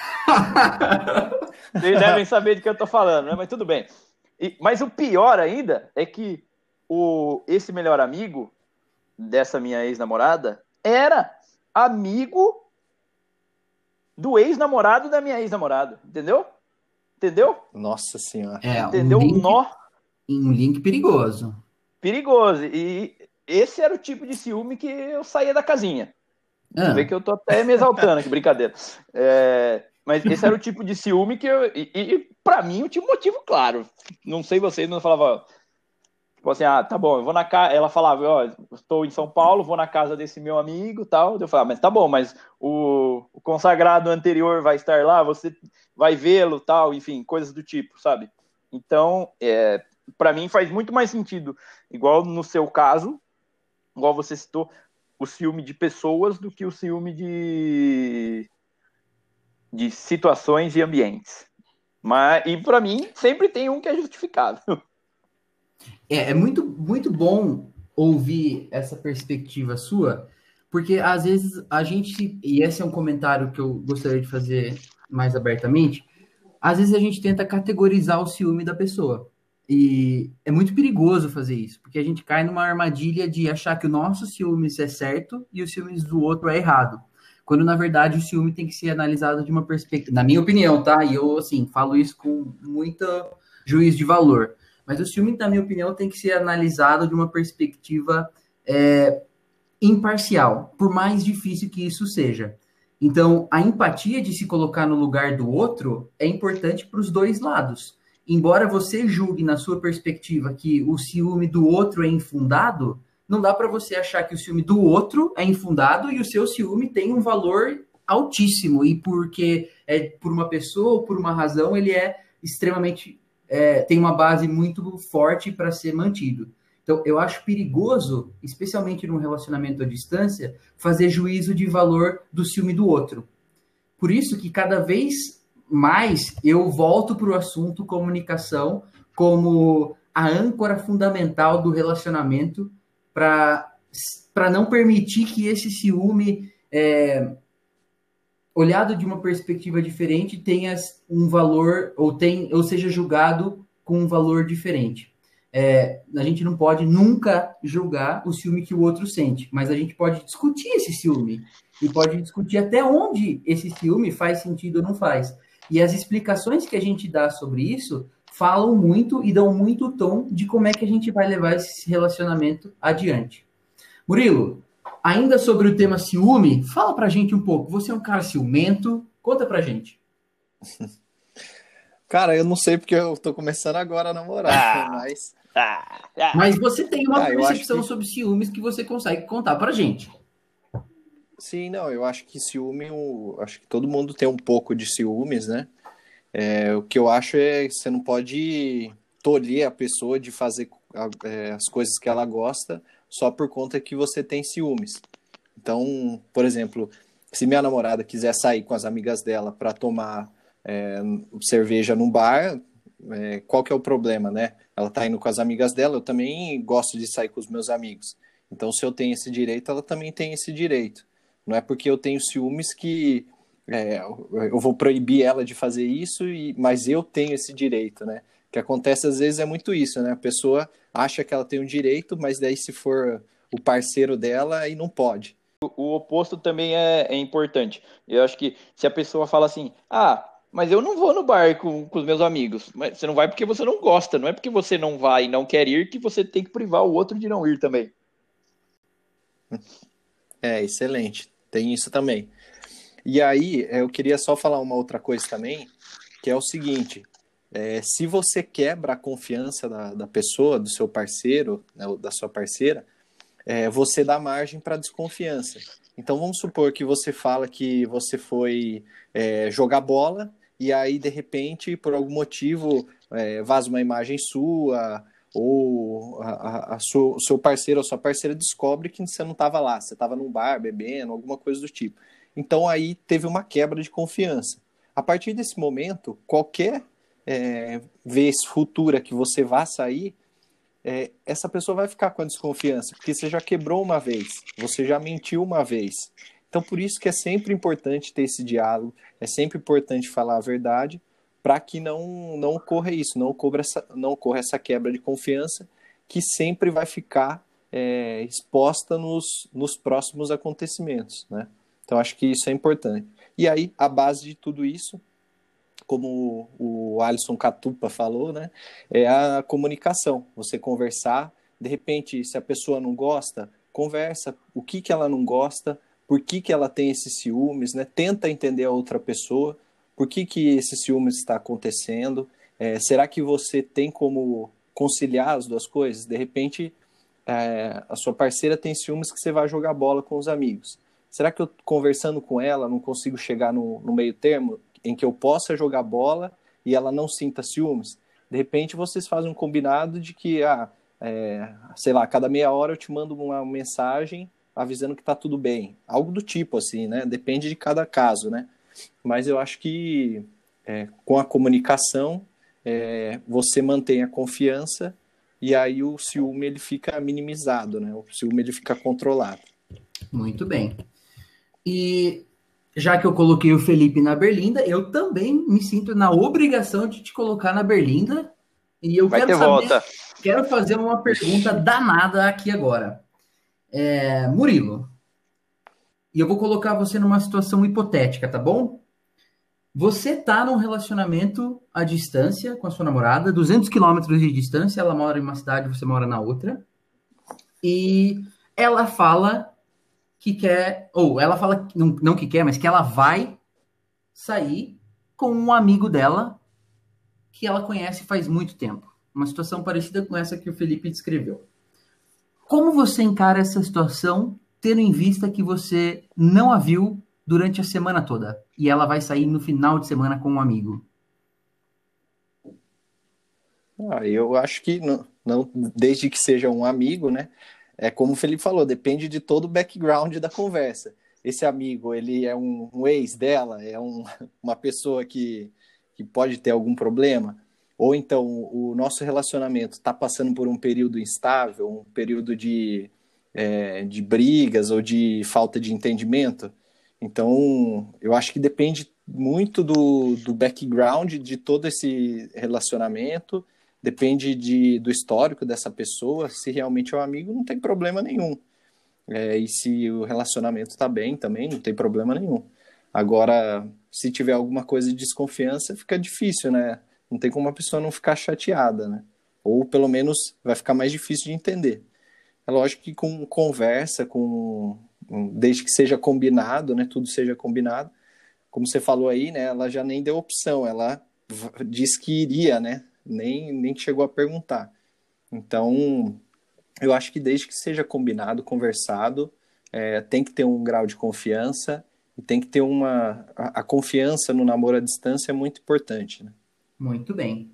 Vocês devem saber de que eu tô falando, né? Mas tudo bem. Mas o pior ainda é que esse melhor amigo dessa minha ex-namorada era amigo do ex-namorado da minha ex-namorada, entendeu? Nossa senhora. Entendeu? Um link perigoso. Perigoso. E esse era o tipo de ciúme que eu saía da casinha. Vê que eu tô até me exaltando, que brincadeira. Mas esse era o tipo de ciúme que eu... E pra mim eu tinha um motivo claro. Não sei vocês, não falava... Tipo assim, tá bom, eu vou na casa... Ela falava, estou em São Paulo, vou na casa desse meu amigo e tal. Eu falava, mas tá bom, mas o consagrado anterior vai estar lá, você vai vê-lo tal, enfim, coisas do tipo, sabe? Então, pra mim faz muito mais sentido, igual no seu caso, igual você citou, o ciúme de pessoas do que o ciúme de situações e ambientes. E para mim, sempre tem um que é justificável. É muito, muito bom ouvir essa perspectiva sua, porque às vezes a gente, e esse é um comentário que eu gostaria de fazer mais abertamente, às vezes a gente tenta categorizar o ciúme da pessoa. E é muito perigoso fazer isso, porque a gente cai numa armadilha de achar que o nosso ciúmes é certo e o ciúmes do outro é errado. Quando, na verdade, o ciúme tem que ser analisado de uma perspectiva, na minha opinião, tá? E eu, assim, falo isso com muito juízo de valor. Mas o ciúme, na minha opinião, tem que ser analisado de uma perspectiva imparcial, por mais difícil que isso seja. Então, a empatia de se colocar no lugar do outro é importante para os dois lados. Embora você julgue na sua perspectiva que o ciúme do outro é infundado, não dá para você achar que o ciúme do outro é infundado e o seu ciúme tem um valor altíssimo e porque é por uma pessoa ou por uma razão ele é extremamente tem uma base muito forte para ser mantido. Então, eu acho perigoso, especialmente num relacionamento à distância, fazer juízo de valor do ciúme do outro. Por isso que cada vez mais eu volto para o assunto comunicação como a âncora fundamental do relacionamento para não permitir que esse ciúme, olhado de uma perspectiva diferente, tenha um valor ou seja julgado com um valor diferente. A gente não pode nunca julgar o ciúme que o outro sente, mas a gente pode discutir esse ciúme e pode discutir até onde esse ciúme faz sentido ou não faz. E as explicações que a gente dá sobre isso falam muito e dão muito tom de como é que a gente vai levar esse relacionamento adiante. Murilo, ainda sobre o tema ciúme, fala pra gente um pouco. Você é um cara ciumento? Conta pra gente. Cara, eu não sei porque eu tô começando agora a namorar, mas... Mas você tem uma percepção sobre ciúmes que você consegue contar pra gente. Sim, não, eu acho que ciúme, acho que todo mundo tem um pouco de ciúmes, né? O que eu acho é que você não pode tolher a pessoa de fazer as coisas que ela gosta só por conta que você tem ciúmes. Então, por exemplo, se minha namorada quiser sair com as amigas dela para tomar cerveja num bar, qual que é o problema, né? Ela tá indo com as amigas dela, eu também gosto de sair com os meus amigos. Então, se eu tenho esse direito, ela também tem esse direito. Não é porque eu tenho ciúmes que eu vou proibir ela de fazer isso, mas eu tenho esse direito, né? O que acontece às vezes é muito isso, né? A pessoa acha que ela tem um direito, mas daí se for o parceiro dela, aí não pode. O oposto também é importante. Eu acho que se a pessoa fala assim, mas eu não vou no bar com os meus amigos. Mas você não vai porque você não gosta, não é porque você não vai e não quer ir que você tem que privar o outro de não ir também. Excelente. Tem isso também. E aí, eu queria só falar uma outra coisa também, que é o seguinte, se você quebra a confiança da pessoa, do seu parceiro, né, ou da sua parceira, você dá margem para desconfiança. Então, vamos supor que você fala que você foi jogar bola e aí, de repente, por algum motivo, vaza uma imagem sua ou o seu parceiro ou sua parceira descobre que você não estava lá, você estava num bar bebendo, alguma coisa do tipo. Então, aí teve uma quebra de confiança. A partir desse momento, qualquer vez futura que você vá sair, essa pessoa vai ficar com a desconfiança, porque você já quebrou uma vez, você já mentiu uma vez. Então, por isso que é sempre importante ter esse diálogo, é sempre importante falar a verdade, para que não ocorra isso, não ocorra essa quebra de confiança, que sempre vai ficar exposta nos próximos acontecimentos, né? Então, acho que isso é importante. E aí, a base de tudo isso, como o Alisson Catupa falou, né, é a comunicação. Você conversar, de repente, se a pessoa não gosta, conversa o que ela não gosta, por que ela tem esses ciúmes, né? Tenta entender a outra pessoa, por que esse ciúmes está acontecendo, será que você tem como conciliar as duas coisas? De repente, a sua parceira tem ciúmes que você vai jogar bola com os amigos. Será que eu, conversando com ela, não consigo chegar no meio termo em que eu possa jogar bola e ela não sinta ciúmes? De repente, vocês fazem um combinado de que, sei lá, cada meia hora eu te mando uma mensagem avisando que tá tudo bem. Algo do tipo, assim, né? Depende de cada caso, né? Mas eu acho que com a comunicação, você mantém a confiança e aí o ciúme ele fica minimizado, né? O ciúme ele fica controlado. Muito bem. E já que eu coloquei o Felipe na berlinda, eu também me sinto na obrigação de te colocar na berlinda. E eu quero fazer uma pergunta danada aqui agora. Murilo, e eu vou colocar você numa situação hipotética, tá bom? Você tá num relacionamento à distância com a sua namorada, 200 quilômetros de distância, ela mora em uma cidade, você mora na outra, e ela fala que quer, ou ela fala, não que quer, mas que ela vai sair com um amigo dela que ela conhece faz muito tempo. Uma situação parecida com essa que o Felipe descreveu. Como você encara essa situação, tendo em vista que você não a viu durante a semana toda e ela vai sair no final de semana com um amigo? Eu acho que não, desde que seja um amigo, né? É como o Felipe falou, depende de todo o background da conversa. Esse amigo, ele é um ex dela, uma pessoa que pode ter algum problema, ou então o nosso relacionamento está passando por um período instável, um período de brigas ou de falta de entendimento. Então, eu acho que depende muito do background de todo esse relacionamento, depende do histórico dessa pessoa. Se realmente é um amigo, não tem problema nenhum. E se o relacionamento está bem também, não tem problema nenhum. Agora, se tiver alguma coisa de desconfiança, fica difícil, né? Não tem como a pessoa não ficar chateada, né? Ou pelo menos vai ficar mais difícil de entender. É lógico que com conversa, desde que seja combinado, né? Tudo seja combinado. Como você falou aí, né? Ela já nem deu opção, ela disse que iria, né? Nem chegou a perguntar. Então, eu acho que desde que seja combinado, conversado, tem que ter um grau de confiança e tem que ter a confiança no namoro à distância é muito importante, né? Muito bem.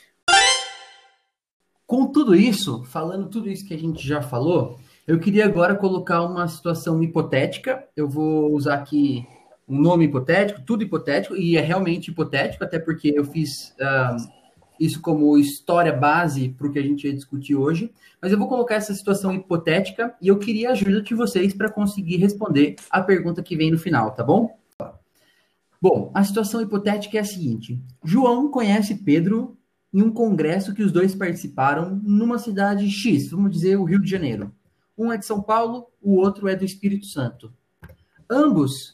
Com tudo isso, falando tudo isso que a gente já falou, eu queria agora colocar uma situação hipotética. Eu vou usar aqui um nome hipotético, tudo hipotético, e é realmente hipotético, até porque eu fiz isso como história base para o que a gente ia discutir hoje. Mas eu vou colocar essa situação hipotética e eu queria a ajuda de vocês para conseguir responder a pergunta que vem no final, tá bom? Bom, a situação hipotética é a seguinte. João conhece Pedro em um congresso que os dois participaram numa cidade X, vamos dizer o Rio de Janeiro. Um é de São Paulo, o outro é do Espírito Santo. Ambos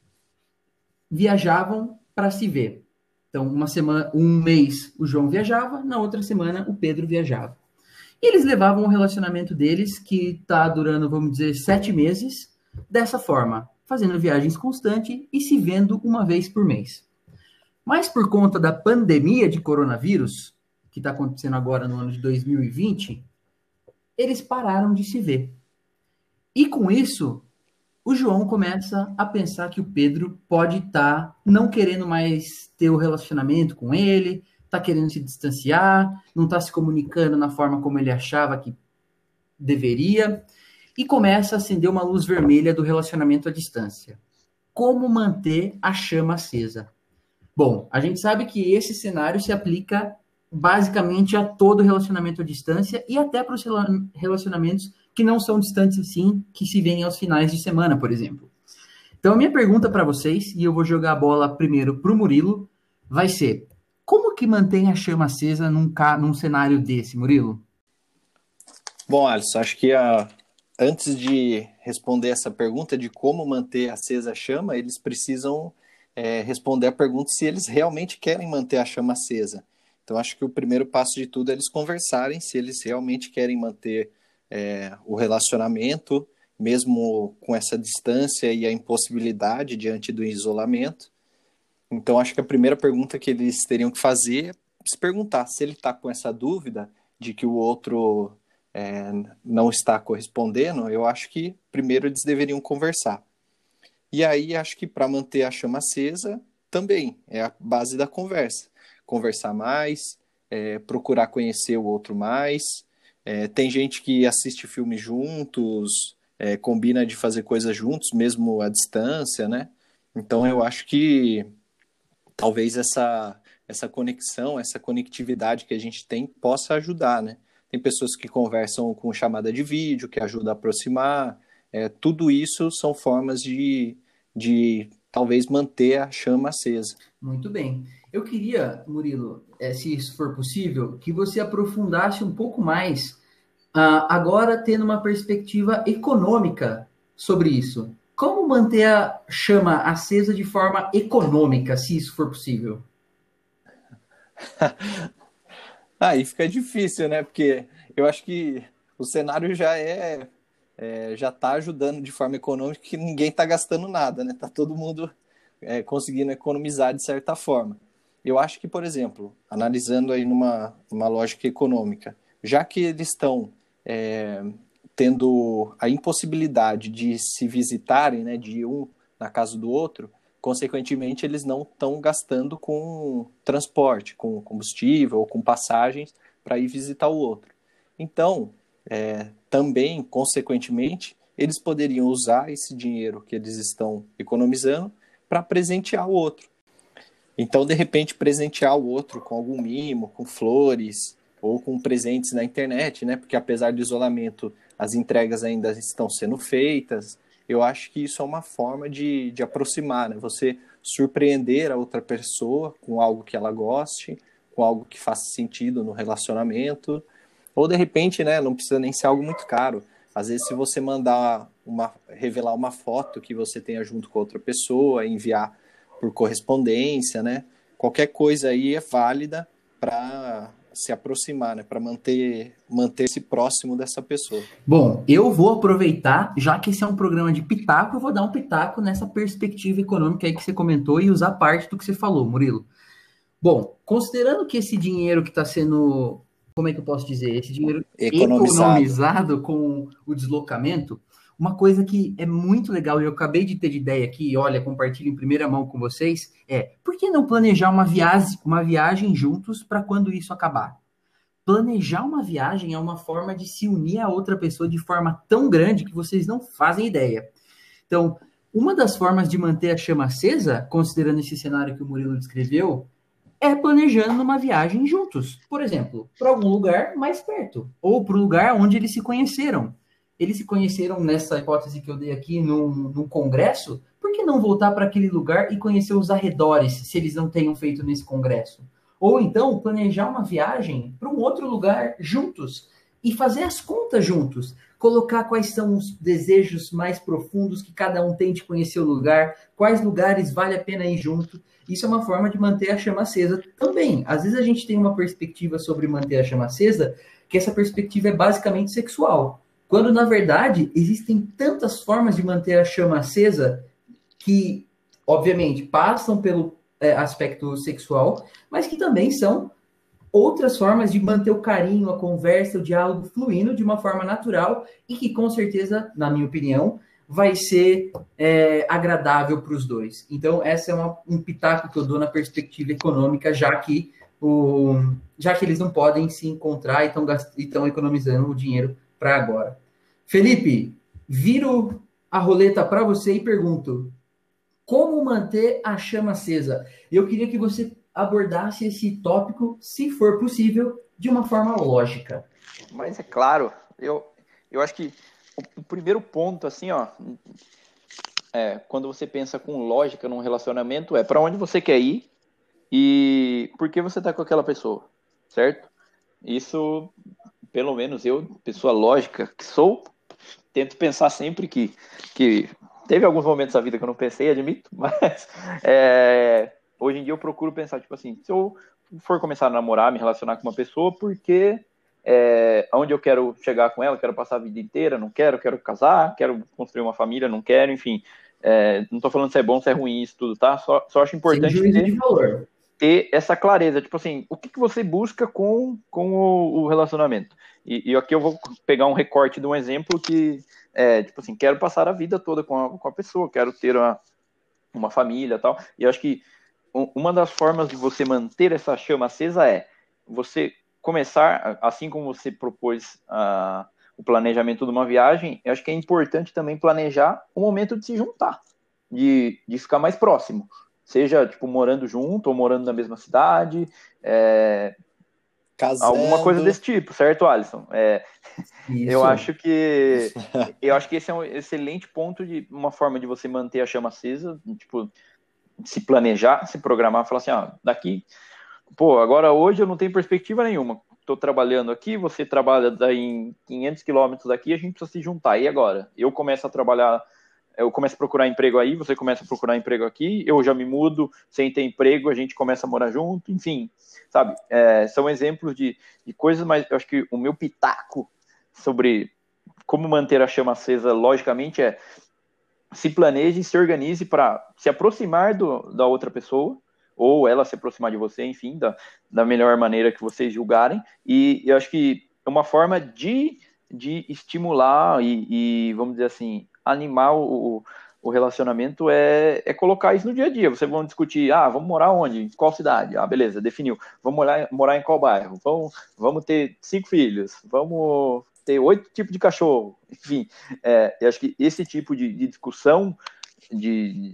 viajavam para se ver. Então, um mês o João viajava, na outra semana o Pedro viajava. E eles levavam o relacionamento deles, que está durando, vamos dizer, 7 meses, dessa forma, fazendo viagens constantes e se vendo uma vez por mês. Mas por conta da pandemia de coronavírus, que está acontecendo agora no ano de 2020, eles pararam de se ver. E com isso, o João começa a pensar que o Pedro pode estar não querendo mais ter o relacionamento com ele, está querendo se distanciar, não está se comunicando na forma como ele achava que deveria, e começa a acender uma luz vermelha do relacionamento à distância. Como manter a chama acesa? Bom, a gente sabe que esse cenário se aplica basicamente a todo relacionamento à distância e até para os relacionamentos que não são distantes assim, que se veem aos finais de semana, por exemplo. Então, a minha pergunta para vocês, e eu vou jogar a bola primeiro para o Murilo, vai ser: como que mantém a chama acesa num cenário desse, Murilo? Bom, Alisson, acho que antes de responder essa pergunta de como manter acesa a chama, eles precisam responder a pergunta se eles realmente querem manter a chama acesa. Então, acho que o primeiro passo de tudo é eles conversarem se eles realmente querem manter o relacionamento, mesmo com essa distância e a impossibilidade diante do isolamento. Então, acho que a primeira pergunta que eles teriam que fazer é se perguntar se ele está com essa dúvida de que o outro não está correspondendo. Eu acho que primeiro eles deveriam conversar. E aí, acho que para manter a chama acesa, também é a base da conversa. Conversar mais, procurar conhecer o outro mais. Tem gente que assiste filme juntos, combina de fazer coisas juntos, mesmo à distância, né? Então, eu acho que talvez essa conexão, essa conectividade que a gente tem possa ajudar, né? Tem pessoas que conversam com chamada de vídeo, que ajuda a aproximar. Tudo isso são formas de talvez manter a chama acesa. Muito bem. Eu queria, Murilo, se isso for possível, que você aprofundasse um pouco mais, agora tendo uma perspectiva econômica sobre isso. Como manter a chama acesa de forma econômica, se isso for possível? Aí fica difícil, né? Porque eu acho que o cenário já está ajudando de forma econômica, que ninguém está gastando nada, né? Tá todo mundo conseguindo economizar de certa forma. Eu acho que, por exemplo, analisando aí numa lógica econômica, já que eles estão tendo a impossibilidade de se visitarem, né, de ir um na casa do outro, consequentemente eles não estão gastando com transporte, com combustível ou com passagens para ir visitar o outro. Então, também, consequentemente, eles poderiam usar esse dinheiro que eles estão economizando para presentear o outro. Então, de repente, presentear o outro com algum mimo, com flores, ou com presentes na internet, né? Porque apesar do isolamento, as entregas ainda estão sendo feitas. Eu acho que isso é uma forma de aproximar, né? Você surpreender a outra pessoa com algo que ela goste, com algo que faça sentido no relacionamento. Ou, de repente, né? Não precisa nem ser algo muito caro. Às vezes, se você revelar uma foto que você tenha junto com outra pessoa, enviar por correspondência, né? Qualquer coisa aí é válida para se aproximar, né? Para manter-se próximo dessa pessoa. Bom, eu vou aproveitar, já que esse é um programa de pitaco, eu vou dar um pitaco nessa perspectiva econômica aí que você comentou e usar parte do que você falou, Murilo. Bom, considerando que esse dinheiro que está sendo, como é que eu posso dizer? Esse dinheiro economizado com o deslocamento, uma coisa que é muito legal, e eu acabei de ter de ideia aqui, olha, compartilho em primeira mão com vocês, por que não planejar uma viagem juntos para quando isso acabar? Planejar uma viagem é uma forma de se unir a outra pessoa de forma tão grande que vocês não fazem ideia. Então, uma das formas de manter a chama acesa, considerando esse cenário que o Murilo descreveu, é planejando uma viagem juntos. Por exemplo, para algum lugar mais perto, ou para o lugar onde eles se conheceram. Eles se conheceram nessa hipótese que eu dei aqui num congresso, por que não voltar para aquele lugar e conhecer os arredores, se eles não tenham feito nesse congresso? Ou então planejar uma viagem para um outro lugar juntos e fazer as contas juntos, colocar quais são os desejos mais profundos que cada um tem de conhecer o lugar, quais lugares vale a pena ir junto. Isso é uma forma de manter a chama acesa também. Às vezes a gente tem uma perspectiva sobre manter a chama acesa, que essa perspectiva é basicamente sexual. Quando, na verdade, existem tantas formas de manter a chama acesa que, obviamente, passam pelo aspecto sexual, mas que também são outras formas de manter o carinho, a conversa, o diálogo fluindo de uma forma natural e que, com certeza, na minha opinião, vai ser agradável para os dois. Então, essa é um pitaco que eu dou na perspectiva econômica, já que eles não podem se encontrar e estão economizando o dinheiro para agora. Felipe, viro a roleta para você e pergunto: como manter a chama acesa? Eu queria que você abordasse esse tópico, se for possível, de uma forma lógica. Mas é claro, eu acho que o primeiro ponto, assim, ó, quando você pensa com lógica num relacionamento, é para onde você quer ir e por que você está com aquela pessoa, certo? Isso, pelo menos eu, pessoa lógica que sou, tento pensar sempre que teve alguns momentos da vida que eu não pensei, admito, mas hoje em dia eu procuro pensar, tipo assim, se eu for começar a namorar, me relacionar com uma pessoa, porque onde eu quero chegar com ela, quero passar a vida inteira, não quero casar, quero construir uma família, não quero, enfim. Não tô falando se é bom, se é ruim isso tudo, tá? Só acho importante ter essa clareza, tipo assim, o que você busca com o relacionamento? E aqui eu vou pegar um recorte de um exemplo que tipo assim, quero passar a vida toda com a pessoa, quero ter uma família e tal, e eu acho que uma das formas de você manter essa chama acesa é você começar, assim como você propôs o planejamento de uma viagem, eu acho que é importante também planejar o momento de se juntar, de ficar mais próximo, seja tipo morando junto ou morando na mesma cidade, casando. Alguma coisa desse tipo, certo, Alisson? Eu acho que esse é um excelente ponto de uma forma de você manter a chama acesa, tipo, se planejar, se programar, falar assim, daqui, agora hoje eu não tenho perspectiva nenhuma, estou trabalhando aqui, você trabalha daí em 500 quilômetros daqui, a gente precisa se juntar, e agora? Eu começo a trabalhar, eu começo a procurar emprego aí, você começa a procurar emprego aqui, eu já me mudo, sem ter emprego, a gente começa a morar junto, enfim, sabe? São exemplos de coisas, mas eu acho que o meu pitaco sobre como manter a chama acesa, logicamente, se planeje, se organize para se aproximar da outra pessoa, ou ela se aproximar de você, enfim, da melhor maneira que vocês julgarem, e eu acho que é uma forma de estimular e, vamos dizer assim, animar o relacionamento é colocar isso no dia a dia. Vocês vão discutir, vamos morar onde? Em qual cidade? Beleza, definiu. Vamos morar em qual bairro? Vamos ter 5 filhos? Vamos ter 8 tipos de cachorro? Enfim, eu acho que esse tipo de discussão, de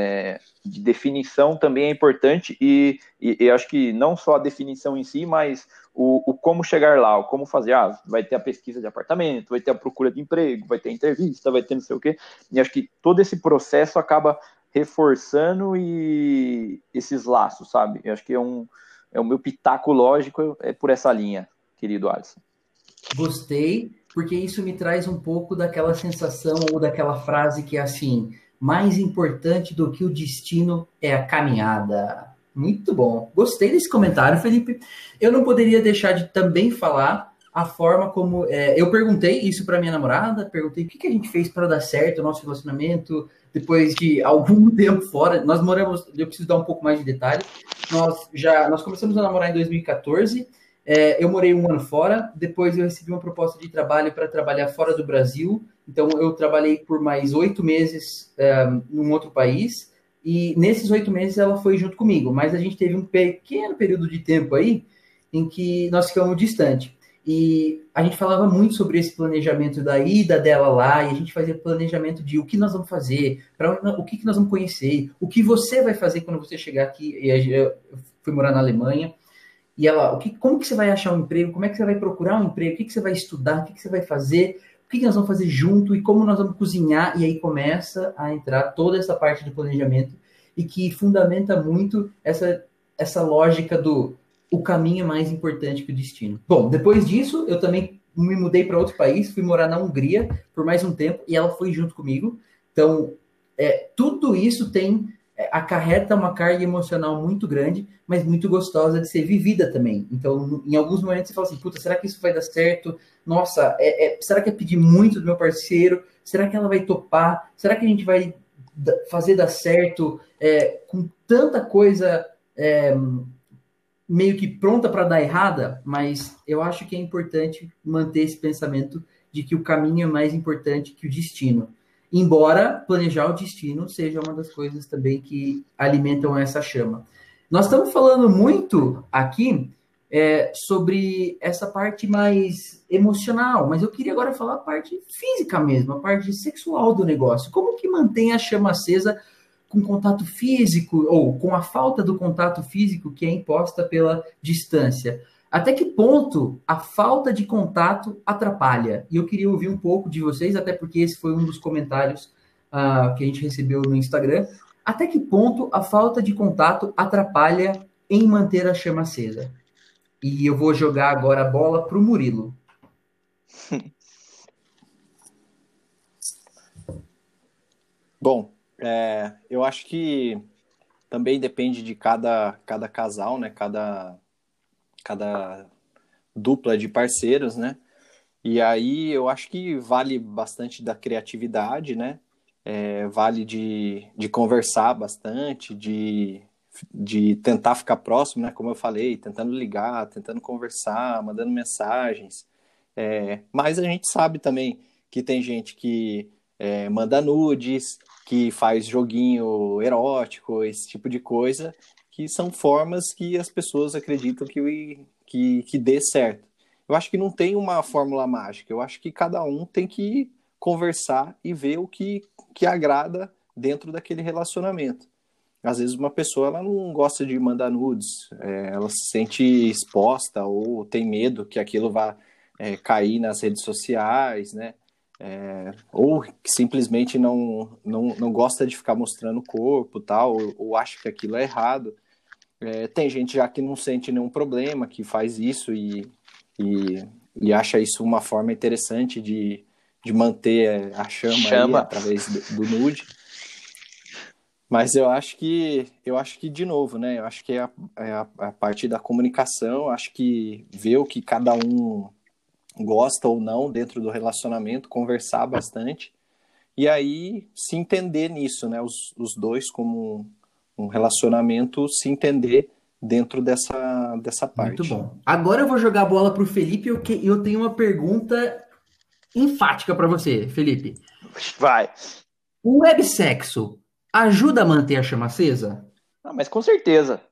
definição também é importante e eu acho que não só a definição em si, mas o como chegar lá, o como fazer, vai ter a pesquisa de apartamento, vai ter a procura de emprego, vai ter a entrevista, vai ter não sei o quê, e acho que todo esse processo acaba reforçando esses laços, sabe? Eu acho que o meu pitaco lógico por essa linha, querido Alisson. Gostei, porque isso me traz um pouco daquela sensação ou daquela frase que é assim: mais importante do que o destino é a caminhada. Muito bom. Gostei desse comentário, Felipe. Eu não poderia deixar de também falar a forma como... eu perguntei isso para minha namorada, perguntei o que a gente fez para dar certo o nosso relacionamento depois de algum tempo fora. Nós moramos... Eu preciso dar um pouco mais de detalhe. Nós começamos a namorar em 2014. Eu morei 1 ano fora, depois eu recebi uma proposta de trabalho para trabalhar fora do Brasil, então eu trabalhei por mais 8 meses num outro país, e nesses 8 meses ela foi junto comigo, mas a gente teve um pequeno período de tempo aí em que nós ficamos distantes, e a gente falava muito sobre esse planejamento da ida dela lá, e a gente fazia planejamento de o que nós vamos fazer, o que nós vamos conhecer, o que você vai fazer quando você chegar aqui. E eu fui morar na Alemanha, e ela, como que você vai achar um emprego? Como é que você vai procurar um emprego? O que você vai estudar? O que você vai fazer? que nós vamos fazer junto e como nós vamos cozinhar, e aí começa a entrar toda essa parte do planejamento e que fundamenta muito essa lógica do o caminho é mais importante que o destino. Bom, depois disso, eu também me mudei para outro país, fui morar na Hungria por mais um tempo e ela foi junto comigo. Então, tudo isso acarreta uma carga emocional muito grande, mas muito gostosa de ser vivida também. Então, em alguns momentos você fala assim, puta, será que isso vai dar certo? Nossa, será que é pedir muito do meu parceiro? Será que ela vai topar? Será que a gente vai fazer dar certo com tanta coisa meio que pronta para dar errada? Mas eu acho que é importante manter esse pensamento de que o caminho é mais importante que o destino. Embora planejar o destino seja uma das coisas também que alimentam essa chama. Nós estamos falando muito aqui sobre essa parte mais emocional, mas eu queria agora falar a parte física mesmo, a parte sexual do negócio. Como que mantém a chama acesa com contato físico, ou com a falta do contato físico que é imposta pela distância? Até que ponto a falta de contato atrapalha? E eu queria ouvir um pouco de vocês, até porque esse foi um dos comentários que a gente recebeu no Instagram. Até que ponto a falta de contato atrapalha em manter a chama acesa? E eu vou jogar agora a bola para o Murilo. Bom, eu acho que também depende de cada casal, né? Cada dupla de parceiros, né? E aí eu acho que vale bastante da criatividade, né? Vale de conversar bastante, de tentar ficar próximo, né? Como eu falei, tentando ligar, tentando conversar, mandando mensagens. Mas a gente sabe também que tem gente que manda nudes, que faz joguinho erótico, esse tipo de coisa, que são formas que as pessoas acreditam que dê certo. Eu acho que não tem uma fórmula mágica, eu acho que cada um tem que conversar e ver o que agrada dentro daquele relacionamento. Às vezes uma pessoa ela não gosta de mandar nudes, ela se sente exposta ou tem medo que aquilo vá cair nas redes sociais, né? Ou simplesmente não gosta de ficar mostrando o corpo, tal, ou acha que aquilo é errado. Tem gente já que não sente nenhum problema, que faz isso e acha isso uma forma interessante de manter a chama. Aí, através do nude. Mas eu acho que de novo, né? Eu acho que a parte da comunicação, acho que ver o que cada um gosta ou não dentro do relacionamento, conversar bastante e aí se entender nisso, né? Os dois como um relacionamento, se entender dentro dessa parte. Muito bom. Agora eu vou jogar a bola para o Felipe e eu tenho uma pergunta enfática para você, Felipe. Vai. O websexo ajuda a manter a chama acesa? Mas com certeza.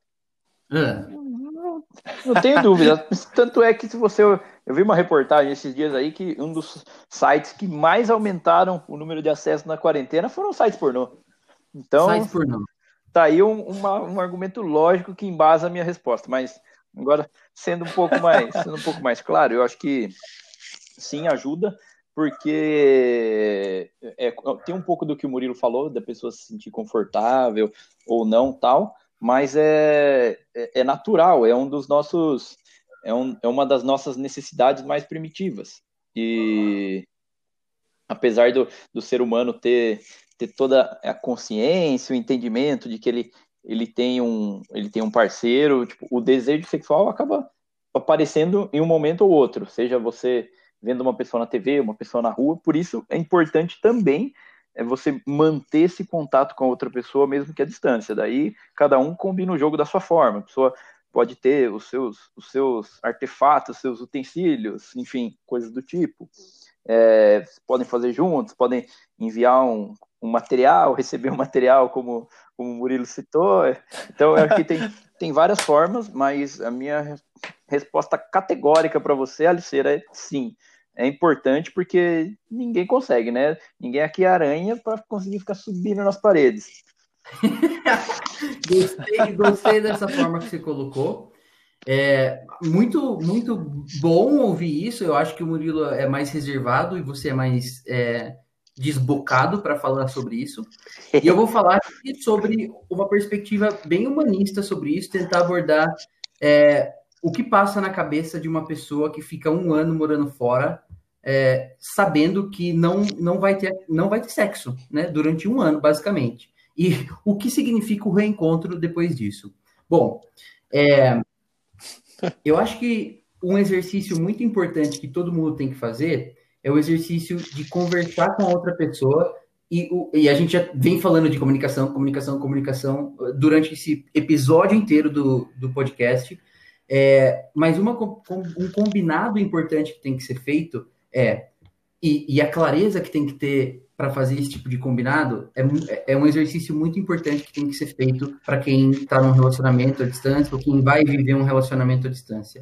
Não tenho dúvida. Tanto é que se você... Eu vi uma reportagem esses dias aí que um dos sites que mais aumentaram o número de acessos na quarentena foram sites pornô. Então, sites pornô. Tá aí um argumento lógico que embasa a minha resposta. Mas agora, sendo um pouco mais claro, eu acho que sim, ajuda, porque tem um pouco do que o Murilo falou, da pessoa se sentir confortável ou não, tal, mas é natural, é uma das nossas necessidades mais primitivas. E apesar do ser humano ter toda a consciência, o entendimento de que ele tem um parceiro, tipo, o desejo sexual acaba aparecendo em um momento ou outro, seja você vendo uma pessoa na TV, uma pessoa na rua. Por isso é importante também você manter esse contato com a outra pessoa, mesmo que à distância. Daí cada um combina o jogo da sua forma. A pessoa pode ter os seus artefatos, os seus utensílios, enfim, coisas do tipo. Podem fazer juntos, podem enviar um material, receber um material, como o Murilo citou. Então, eu acho que tem várias formas, mas a minha resposta categórica para você, Aliceira, é sim. É importante porque ninguém consegue, né? Ninguém aqui é aranha para conseguir ficar subindo nas paredes. Gostei dessa forma que você colocou. Muito, muito bom ouvir isso. Eu acho que o Murilo é mais reservado e você é mais desbocado para falar sobre isso. E eu vou falar aqui sobre uma perspectiva bem humanista sobre isso, tentar abordar o que passa na cabeça de uma pessoa que fica um ano morando fora, sabendo que não vai ter sexo, né, durante um ano, basicamente. E o que significa o reencontro depois disso? Bom, eu acho que um exercício muito importante que todo mundo tem que fazer é o exercício de conversar com a outra pessoa. E a gente já vem falando de comunicação durante esse episódio inteiro do podcast. Mas um combinado importante que tem que ser feito e a clareza que tem que ter para fazer esse tipo de combinado é um exercício muito importante que tem que ser feito para quem está num relacionamento à distância ou quem vai viver um relacionamento à distância.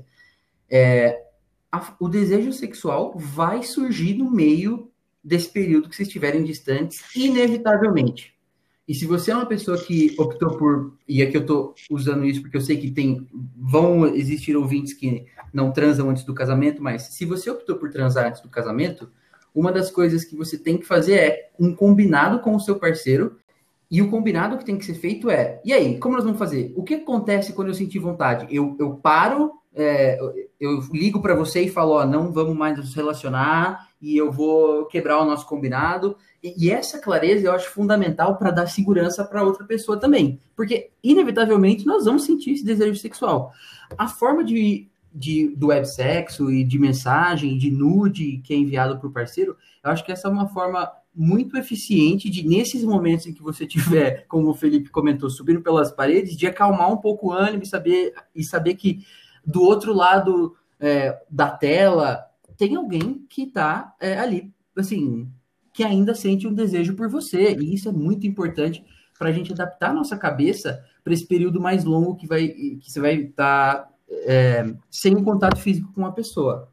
O desejo sexual vai surgir no meio desse período que vocês estiverem distantes, inevitavelmente. E se você é uma pessoa que optou por... E aqui eu estou usando isso porque eu sei que vão existir ouvintes que não transam antes do casamento, mas se você optou por transar antes do casamento, uma das coisas que você tem que fazer é um combinado com o seu parceiro. E o combinado que tem que ser feito e aí, como nós vamos fazer? O que acontece quando eu sentir vontade? Eu paro, eu ligo para você e falo, não vamos mais nos relacionar e eu vou quebrar o nosso combinado. E essa clareza eu acho fundamental para dar segurança para outra pessoa também. Porque, inevitavelmente, nós vamos sentir esse desejo sexual. A forma do websexo e de mensagem, de nude que é enviado para o parceiro, eu acho que essa é uma forma muito eficiente de, nesses momentos em que você tiver, como o Felipe comentou, subindo pelas paredes, de acalmar um pouco o ânimo e saber que do outro lado da tela tem alguém que está ali, assim, que ainda sente um desejo por você. E isso é muito importante para a gente adaptar a nossa cabeça para esse período mais longo que você vai estar sem um contato físico com a pessoa.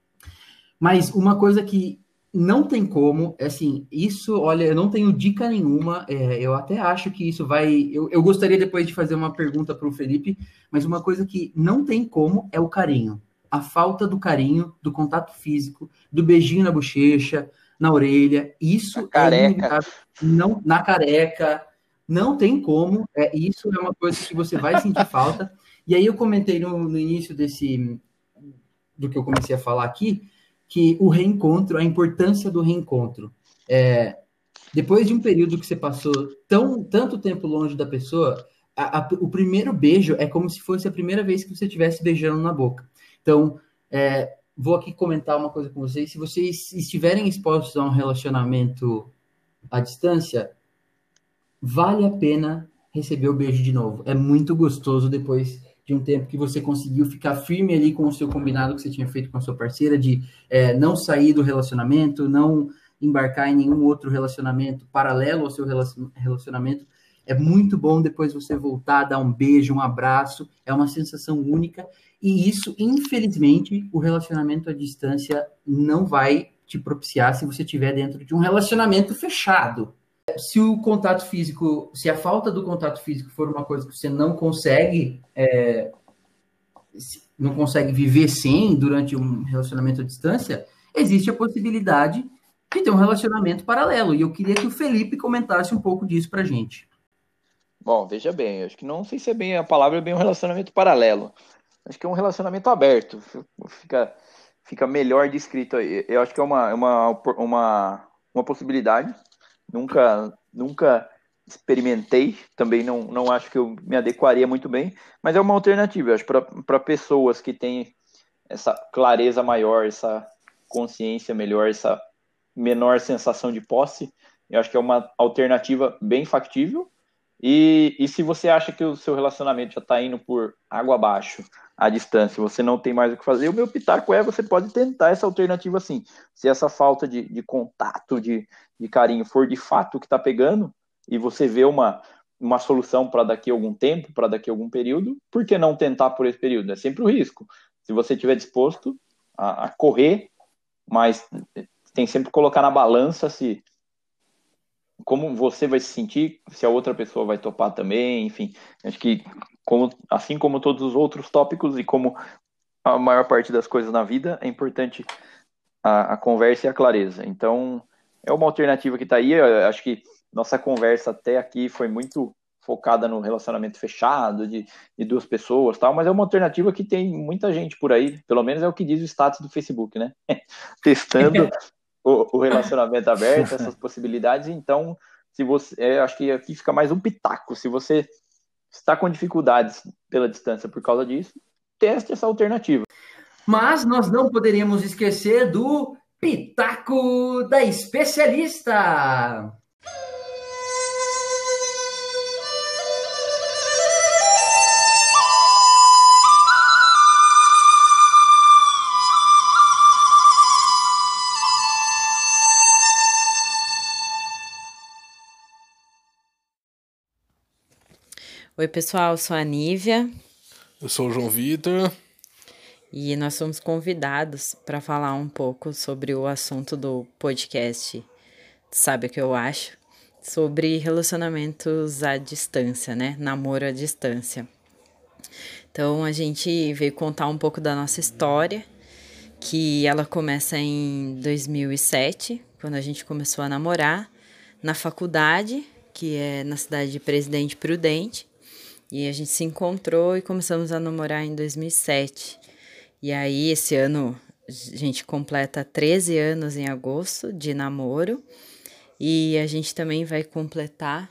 Mas uma coisa que não tem como, assim, isso, olha, eu não tenho dica nenhuma, eu até acho que isso vai... Eu gostaria depois de fazer uma pergunta para o Felipe, mas uma coisa que não tem como é o carinho. A falta do carinho, do contato físico, do beijinho na bochecha, na orelha, isso inevitável. Não, na careca, não tem como, isso é uma coisa que você vai sentir falta. E aí eu comentei no início do que eu comecei a falar aqui, que o reencontro, a importância do reencontro. Depois de um período que você passou tanto tempo longe da pessoa, o primeiro beijo é como se fosse a primeira vez que você estivesse beijando na boca. Então, vou aqui comentar uma coisa com vocês. Se vocês estiverem expostos a um relacionamento à distância, vale a pena receber o beijo de novo. É muito gostoso depois de um tempo que você conseguiu ficar firme ali com o seu combinado que você tinha feito com a sua parceira, de não sair do relacionamento, não embarcar em nenhum outro relacionamento paralelo ao seu relacionamento. É muito bom depois você voltar, dar um beijo, um abraço, é uma sensação única, e isso, infelizmente, o relacionamento à distância não vai te propiciar se você estiver dentro de um relacionamento fechado. Se o contato físico, se a falta do contato físico for uma coisa que você não consegue viver sem durante um relacionamento à distância, existe a possibilidade de ter um relacionamento paralelo. E eu queria que o Felipe comentasse um pouco disso pra gente. Bom, veja bem, acho que não sei se é bem a palavra, é bem um relacionamento paralelo. Acho que é um relacionamento aberto. Fica melhor descrito aí. Eu acho que é uma possibilidade. Nunca experimentei, também não acho que eu me adequaria muito bem, mas é uma alternativa. Eu acho para pessoas que têm essa clareza maior, essa consciência melhor, essa menor sensação de posse, eu acho que é uma alternativa bem factível. E se você acha que o seu relacionamento já está indo por água abaixo, à distância, você não tem mais o que fazer, o meu pitaco você pode tentar essa alternativa sim. Se essa falta de contato, de carinho for de fato o que está pegando, e você vê uma solução para daqui a algum tempo, para daqui a algum período, por que não tentar por esse período? É sempre o risco. Se você estiver disposto a correr, mas tem sempre que colocar na balança se como você vai se sentir, se a outra pessoa vai topar também, enfim. Acho que, assim como todos os outros tópicos e como a maior parte das coisas na vida, é importante a conversa e a clareza. Então, é uma alternativa que está aí. Eu acho que nossa conversa até aqui foi muito focada no relacionamento fechado, de duas pessoas, tal, mas é uma alternativa que tem muita gente por aí, pelo menos é o que diz o status do Facebook, né? Testando o relacionamento aberto, essas possibilidades. Então, se você, acho que aqui fica mais um pitaco. Se você está com dificuldades pela distância por causa disso, teste essa alternativa. Mas nós não poderíamos esquecer do Pitaco da Especialista. Oi, pessoal, eu sou a Nívia. Eu sou o João Vitor. E nós somos convidados para falar um pouco sobre o assunto do podcast Sabe o que eu acho? Sobre relacionamentos à distância, né? Namoro à distância. Então, a gente veio contar um pouco da nossa história, que ela começa em 2007, quando a gente começou a namorar, na faculdade, que é na cidade de Presidente Prudente. E a gente se encontrou e começamos a namorar em 2007. E aí, esse ano, a gente completa 13 anos em agosto de namoro. E a gente também vai completar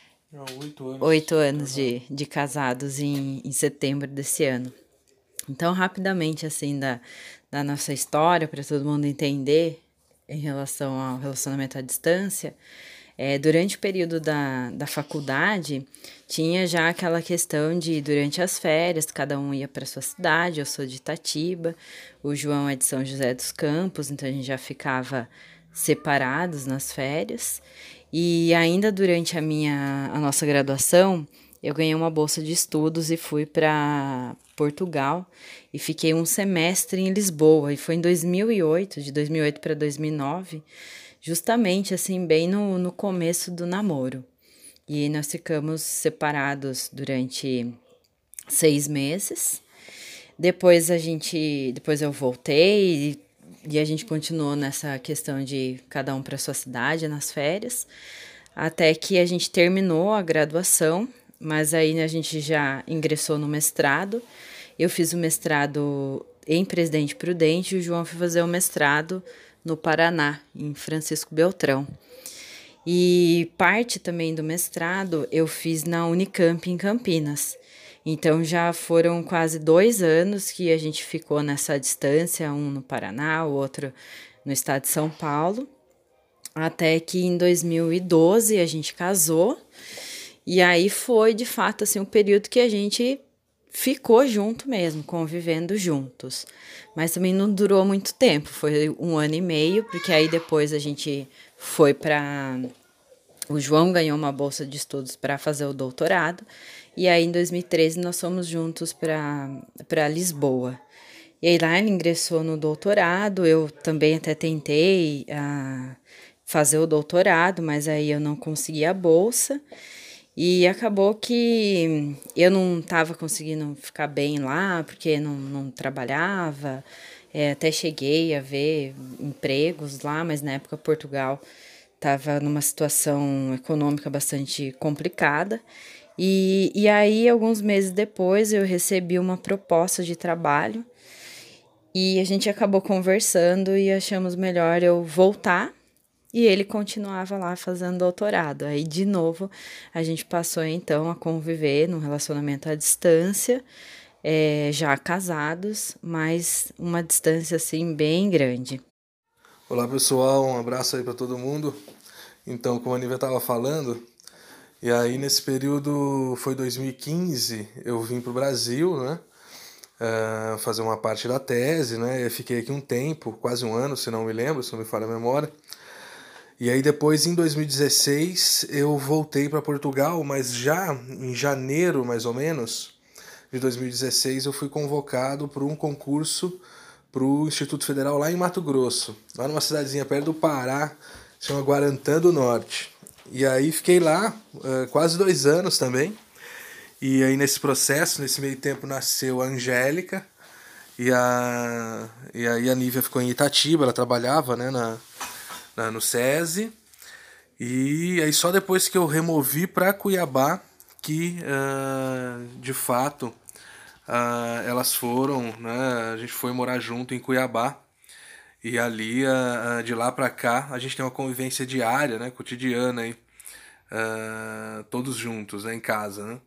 8 anos de casados em setembro desse ano. Então, rapidamente, assim, da nossa história, para todo mundo entender em relação ao relacionamento à distância, durante o período da faculdade, tinha já aquela questão de, durante as férias, cada um ia para sua cidade. Eu sou de Itatiba, o João é de São José dos Campos, então a gente já ficava separados nas férias. E ainda durante a nossa graduação, eu ganhei uma bolsa de estudos e fui para Portugal e fiquei um semestre em Lisboa. E foi em 2008, de 2008 para 2009, justamente assim, bem no começo do namoro. E nós ficamos separados durante 6 meses. Depois eu voltei e a gente continuou nessa questão de cada um para sua cidade nas férias, até que a gente terminou a graduação, mas aí a gente já ingressou no mestrado. Eu fiz o mestrado em Presidente Prudente e o João foi fazer o mestrado no Paraná, em Francisco Beltrão. E parte também do mestrado eu fiz na Unicamp, em Campinas. Então, já foram quase 2 anos que a gente ficou nessa distância, um no Paraná, o outro no estado de São Paulo, até que em 2012 a gente casou, e aí foi, de fato, assim, um período que a gente ficou junto mesmo, convivendo juntos. Mas também não durou muito tempo, foi 1 ano e meio, porque aí depois a gente foi para... O João ganhou uma bolsa de estudos para fazer o doutorado, e aí em 2013 nós fomos juntos para Lisboa. E aí lá ele ingressou no doutorado, eu também até tentei fazer o doutorado, mas aí eu não consegui a bolsa. E acabou que eu não estava conseguindo ficar bem lá, porque não trabalhava. Até cheguei a ver empregos lá, mas na época Portugal estava numa situação econômica bastante complicada. E aí, alguns meses depois, eu recebi uma proposta de trabalho e a gente acabou conversando e achamos melhor eu voltar. E ele continuava lá fazendo doutorado. Aí, de novo, a gente passou, então, a conviver num relacionamento à distância, já casados, mas uma distância, assim, bem grande. Olá, pessoal. Um abraço aí para todo mundo. Então, como a Nívia estava falando, e aí nesse período, foi 2015, eu vim para o Brasil, né? Fazer uma parte da tese, né? Eu fiquei aqui um tempo, quase 1 ano, se não me lembro, se não me falha a memória. E aí depois, em 2016, eu voltei para Portugal, mas já em janeiro, mais ou menos, de 2016, eu fui convocado para um concurso para o Instituto Federal lá em Mato Grosso, lá numa cidadezinha perto do Pará, chama Guarantã do Norte. E aí fiquei lá quase 2 anos também. E aí nesse processo, nesse meio tempo, nasceu a Angélica. E aí a Nívia ficou em Itatiba, ela trabalhava, né, no SESI. E aí só depois que eu removi para Cuiabá que, de fato, elas foram, né, a gente foi morar junto em Cuiabá. E ali, de lá para cá, a gente tem uma convivência diária, né, cotidiana aí, todos juntos, né, em casa, né?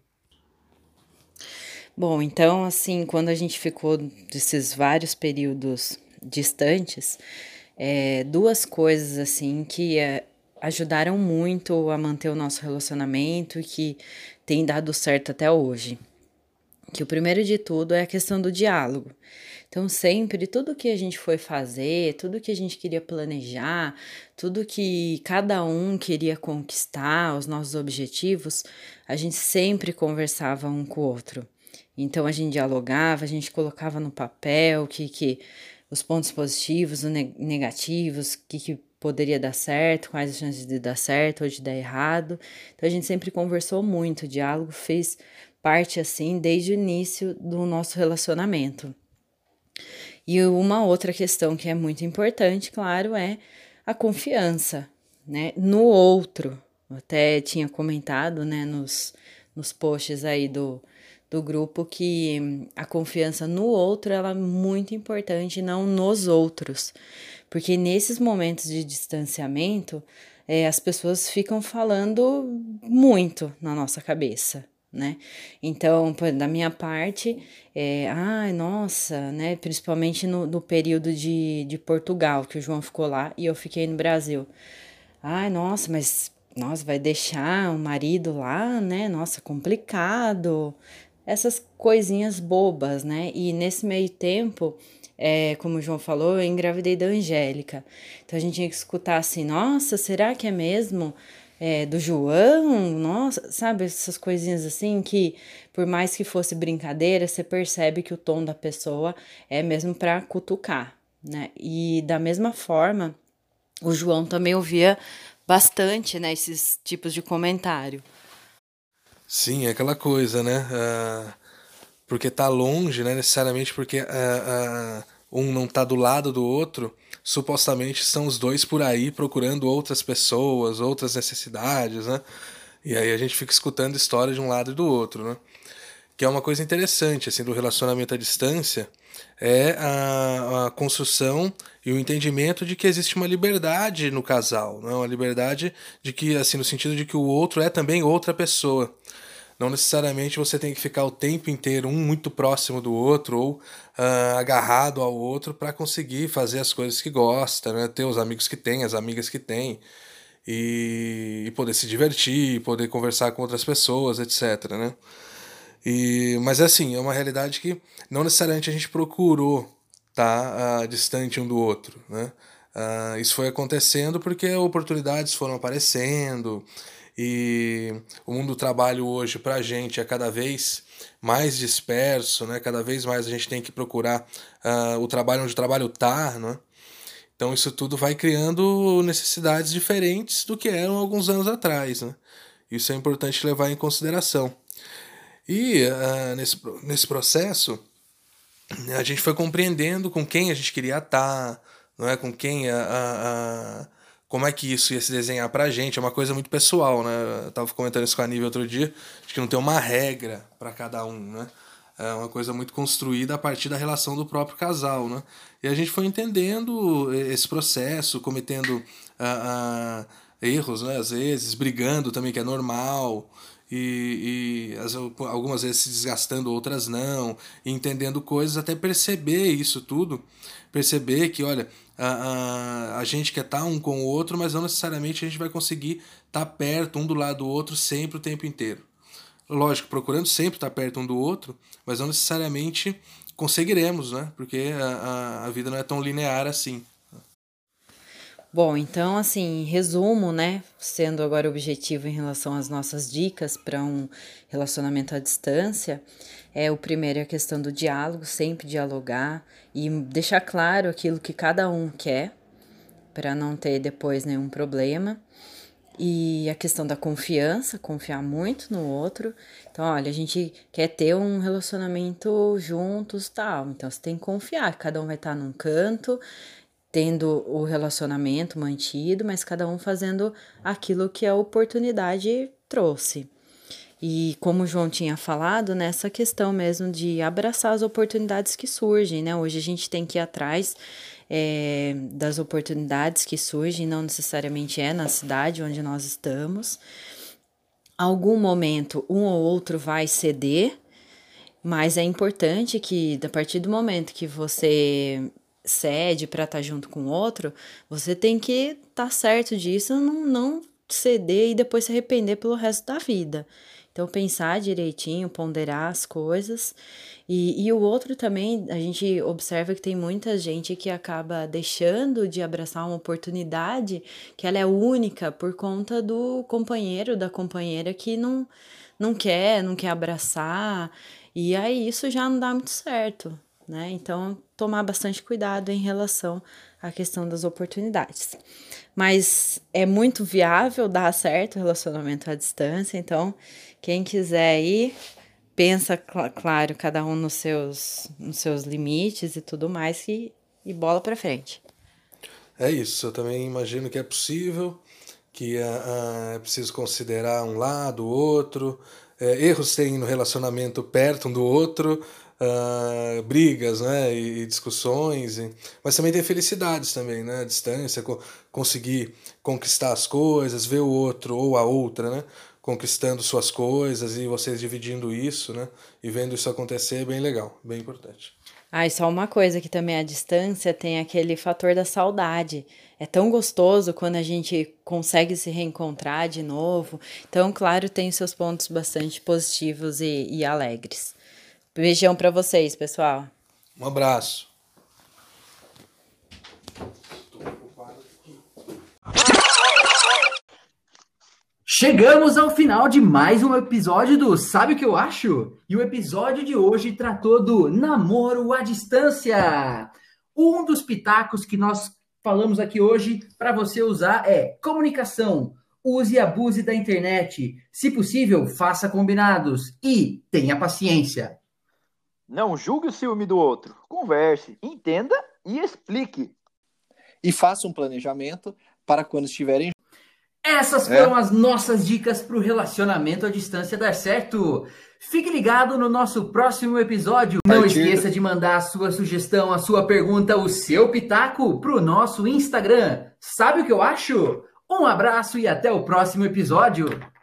Bom, então, assim, quando a gente ficou desses vários períodos distantes, duas coisas, assim, que ajudaram muito a manter o nosso relacionamento e que tem dado certo até hoje. Que o primeiro de tudo é a questão do diálogo. Então, sempre, tudo que a gente foi fazer, tudo que a gente queria planejar, tudo que cada um queria conquistar, os nossos objetivos, a gente sempre conversava um com o outro. Então, a gente dialogava, a gente colocava no papel que os pontos positivos, os negativos, que poderia dar certo, quais as chances de dar certo ou de dar errado. Então, a gente sempre conversou muito, o diálogo fez parte, assim, desde o início do nosso relacionamento. E uma outra questão que é muito importante, claro, é a confiança, né, no outro. Eu até tinha comentado, né, nos posts aí do grupo que a confiança no outro ela é muito importante, não nos outros. Porque nesses momentos de distanciamento, as pessoas ficam falando muito na nossa cabeça, né? Então, da minha parte, ai, nossa, né? Principalmente no período de Portugal, que o João ficou lá e eu fiquei no Brasil. Ai, nossa, mas nossa, vai deixar o marido lá, né? Nossa, complicado. Essas coisinhas bobas, né? E nesse meio tempo, como o João falou, eu engravidei da Angélica. Então a gente tinha que escutar assim, nossa, será que é mesmo? Do João, nossa, sabe, essas coisinhas assim que, por mais que fosse brincadeira, você percebe que o tom da pessoa é mesmo pra cutucar, né? E da mesma forma, o João também ouvia bastante, né, esses tipos de comentário. Sim, é aquela coisa, né? Porque tá longe, né? Necessariamente porque um não tá do lado do outro, supostamente estão os dois por aí procurando outras pessoas, outras necessidades, né? E aí a gente fica escutando história de um lado e do outro, né? Que é uma coisa interessante, assim, do relacionamento à distância, é a construção e o entendimento de que existe uma liberdade no casal, né? Uma liberdade de que, assim, no sentido de que o outro é também outra pessoa. Não necessariamente você tem que ficar o tempo inteiro um muito próximo do outro ou agarrado ao outro para conseguir fazer as coisas que gosta, né? Ter os amigos que tem, as amigas que tem e poder se divertir, poder conversar com outras pessoas, etc, né? Mas assim, é uma realidade que não necessariamente a gente procurou estar distante um do outro, né? Isso foi acontecendo porque oportunidades foram aparecendo e o mundo do trabalho hoje para a gente é cada vez mais disperso, né? Cada vez mais a gente tem que procurar o trabalho onde o trabalho está, né? Então isso tudo vai criando necessidades diferentes do que eram alguns anos atrás, né? Isso é importante levar em consideração. E nesse processo, a gente foi compreendendo com quem a gente queria estar, não é? Com quem como é que isso ia se desenhar pra gente. É uma coisa muito pessoal, né? Eu tava comentando isso com a Nívia outro dia, acho que não tem uma regra para cada um, né? É uma coisa muito construída a partir da relação do próprio casal, né? E a gente foi entendendo esse processo, cometendo erros, né? Às vezes, brigando também, que é normal, algumas vezes se desgastando, outras não, e entendendo coisas até perceber isso tudo, perceber que, olha, a gente quer estar um com o outro, mas não necessariamente a gente vai conseguir estar perto um do lado do outro sempre o tempo inteiro. Lógico, procurando sempre estar perto um do outro, mas não necessariamente conseguiremos, né? Porque a vida não é tão linear assim. Bom, então, assim, em resumo, né, sendo agora objetivo em relação às nossas dicas para um relacionamento à distância, o primeiro é a questão do diálogo, sempre dialogar e deixar claro aquilo que cada um quer, para não ter depois nenhum problema. E a questão da confiança, confiar muito no outro. Então, olha, a gente quer ter um relacionamento juntos, tal. Então, você tem que confiar, cada um vai estar num canto, tendo o relacionamento mantido, mas cada um fazendo aquilo que a oportunidade trouxe. E como o João tinha falado, nessa questão mesmo de abraçar as oportunidades que surgem, né? Hoje a gente tem que ir atrás das oportunidades que surgem, não necessariamente é na cidade onde nós estamos. Algum momento um ou outro vai ceder, mas é importante que, a partir do momento que você cede para estar junto com o outro, você tem que estar certo disso, não ceder e depois se arrepender pelo resto da vida. Então, pensar direitinho, ponderar as coisas. E o outro também, a gente observa que tem muita gente que acaba deixando de abraçar uma oportunidade que ela é única por conta do companheiro, da companheira que não quer abraçar. E aí isso já não dá muito certo, né? Então, tomar bastante cuidado em relação à questão das oportunidades. Mas é muito viável dar certo o relacionamento à distância, então quem quiser ir, pensa, claro, cada um nos seus limites e tudo mais, e bola para frente. É isso, eu também imagino que é possível, que é preciso considerar um lado, o outro, erros tem no relacionamento perto um do outro, brigas, né, e discussões, mas também tem felicidades também, né, a distância, conseguir conquistar as coisas, ver o outro ou a outra, né, conquistando suas coisas e vocês dividindo isso, né, e vendo isso acontecer é bem legal, bem importante. E só uma coisa que também a distância tem aquele fator da saudade. É tão gostoso quando a gente consegue se reencontrar de novo. Então, claro, tem seus pontos bastante positivos e alegres. Beijão para vocês, pessoal. Um abraço. Chegamos ao final de mais um episódio do Sabe o que eu acho? E o episódio de hoje tratou do namoro à distância. Um dos pitacos que nós falamos aqui hoje para você usar é comunicação. Use e abuse da internet. Se possível, faça combinados. E tenha paciência. Não julgue o ciúme do outro. Converse, entenda e explique. E faça um planejamento para quando estiverem. Essas foram as nossas dicas para o relacionamento à distância dar certo. Fique ligado no nosso próximo episódio. Não esqueça de mandar a sua sugestão, a sua pergunta, o seu pitaco para o nosso Instagram. Sabe o que eu acho? Um abraço e até o próximo episódio.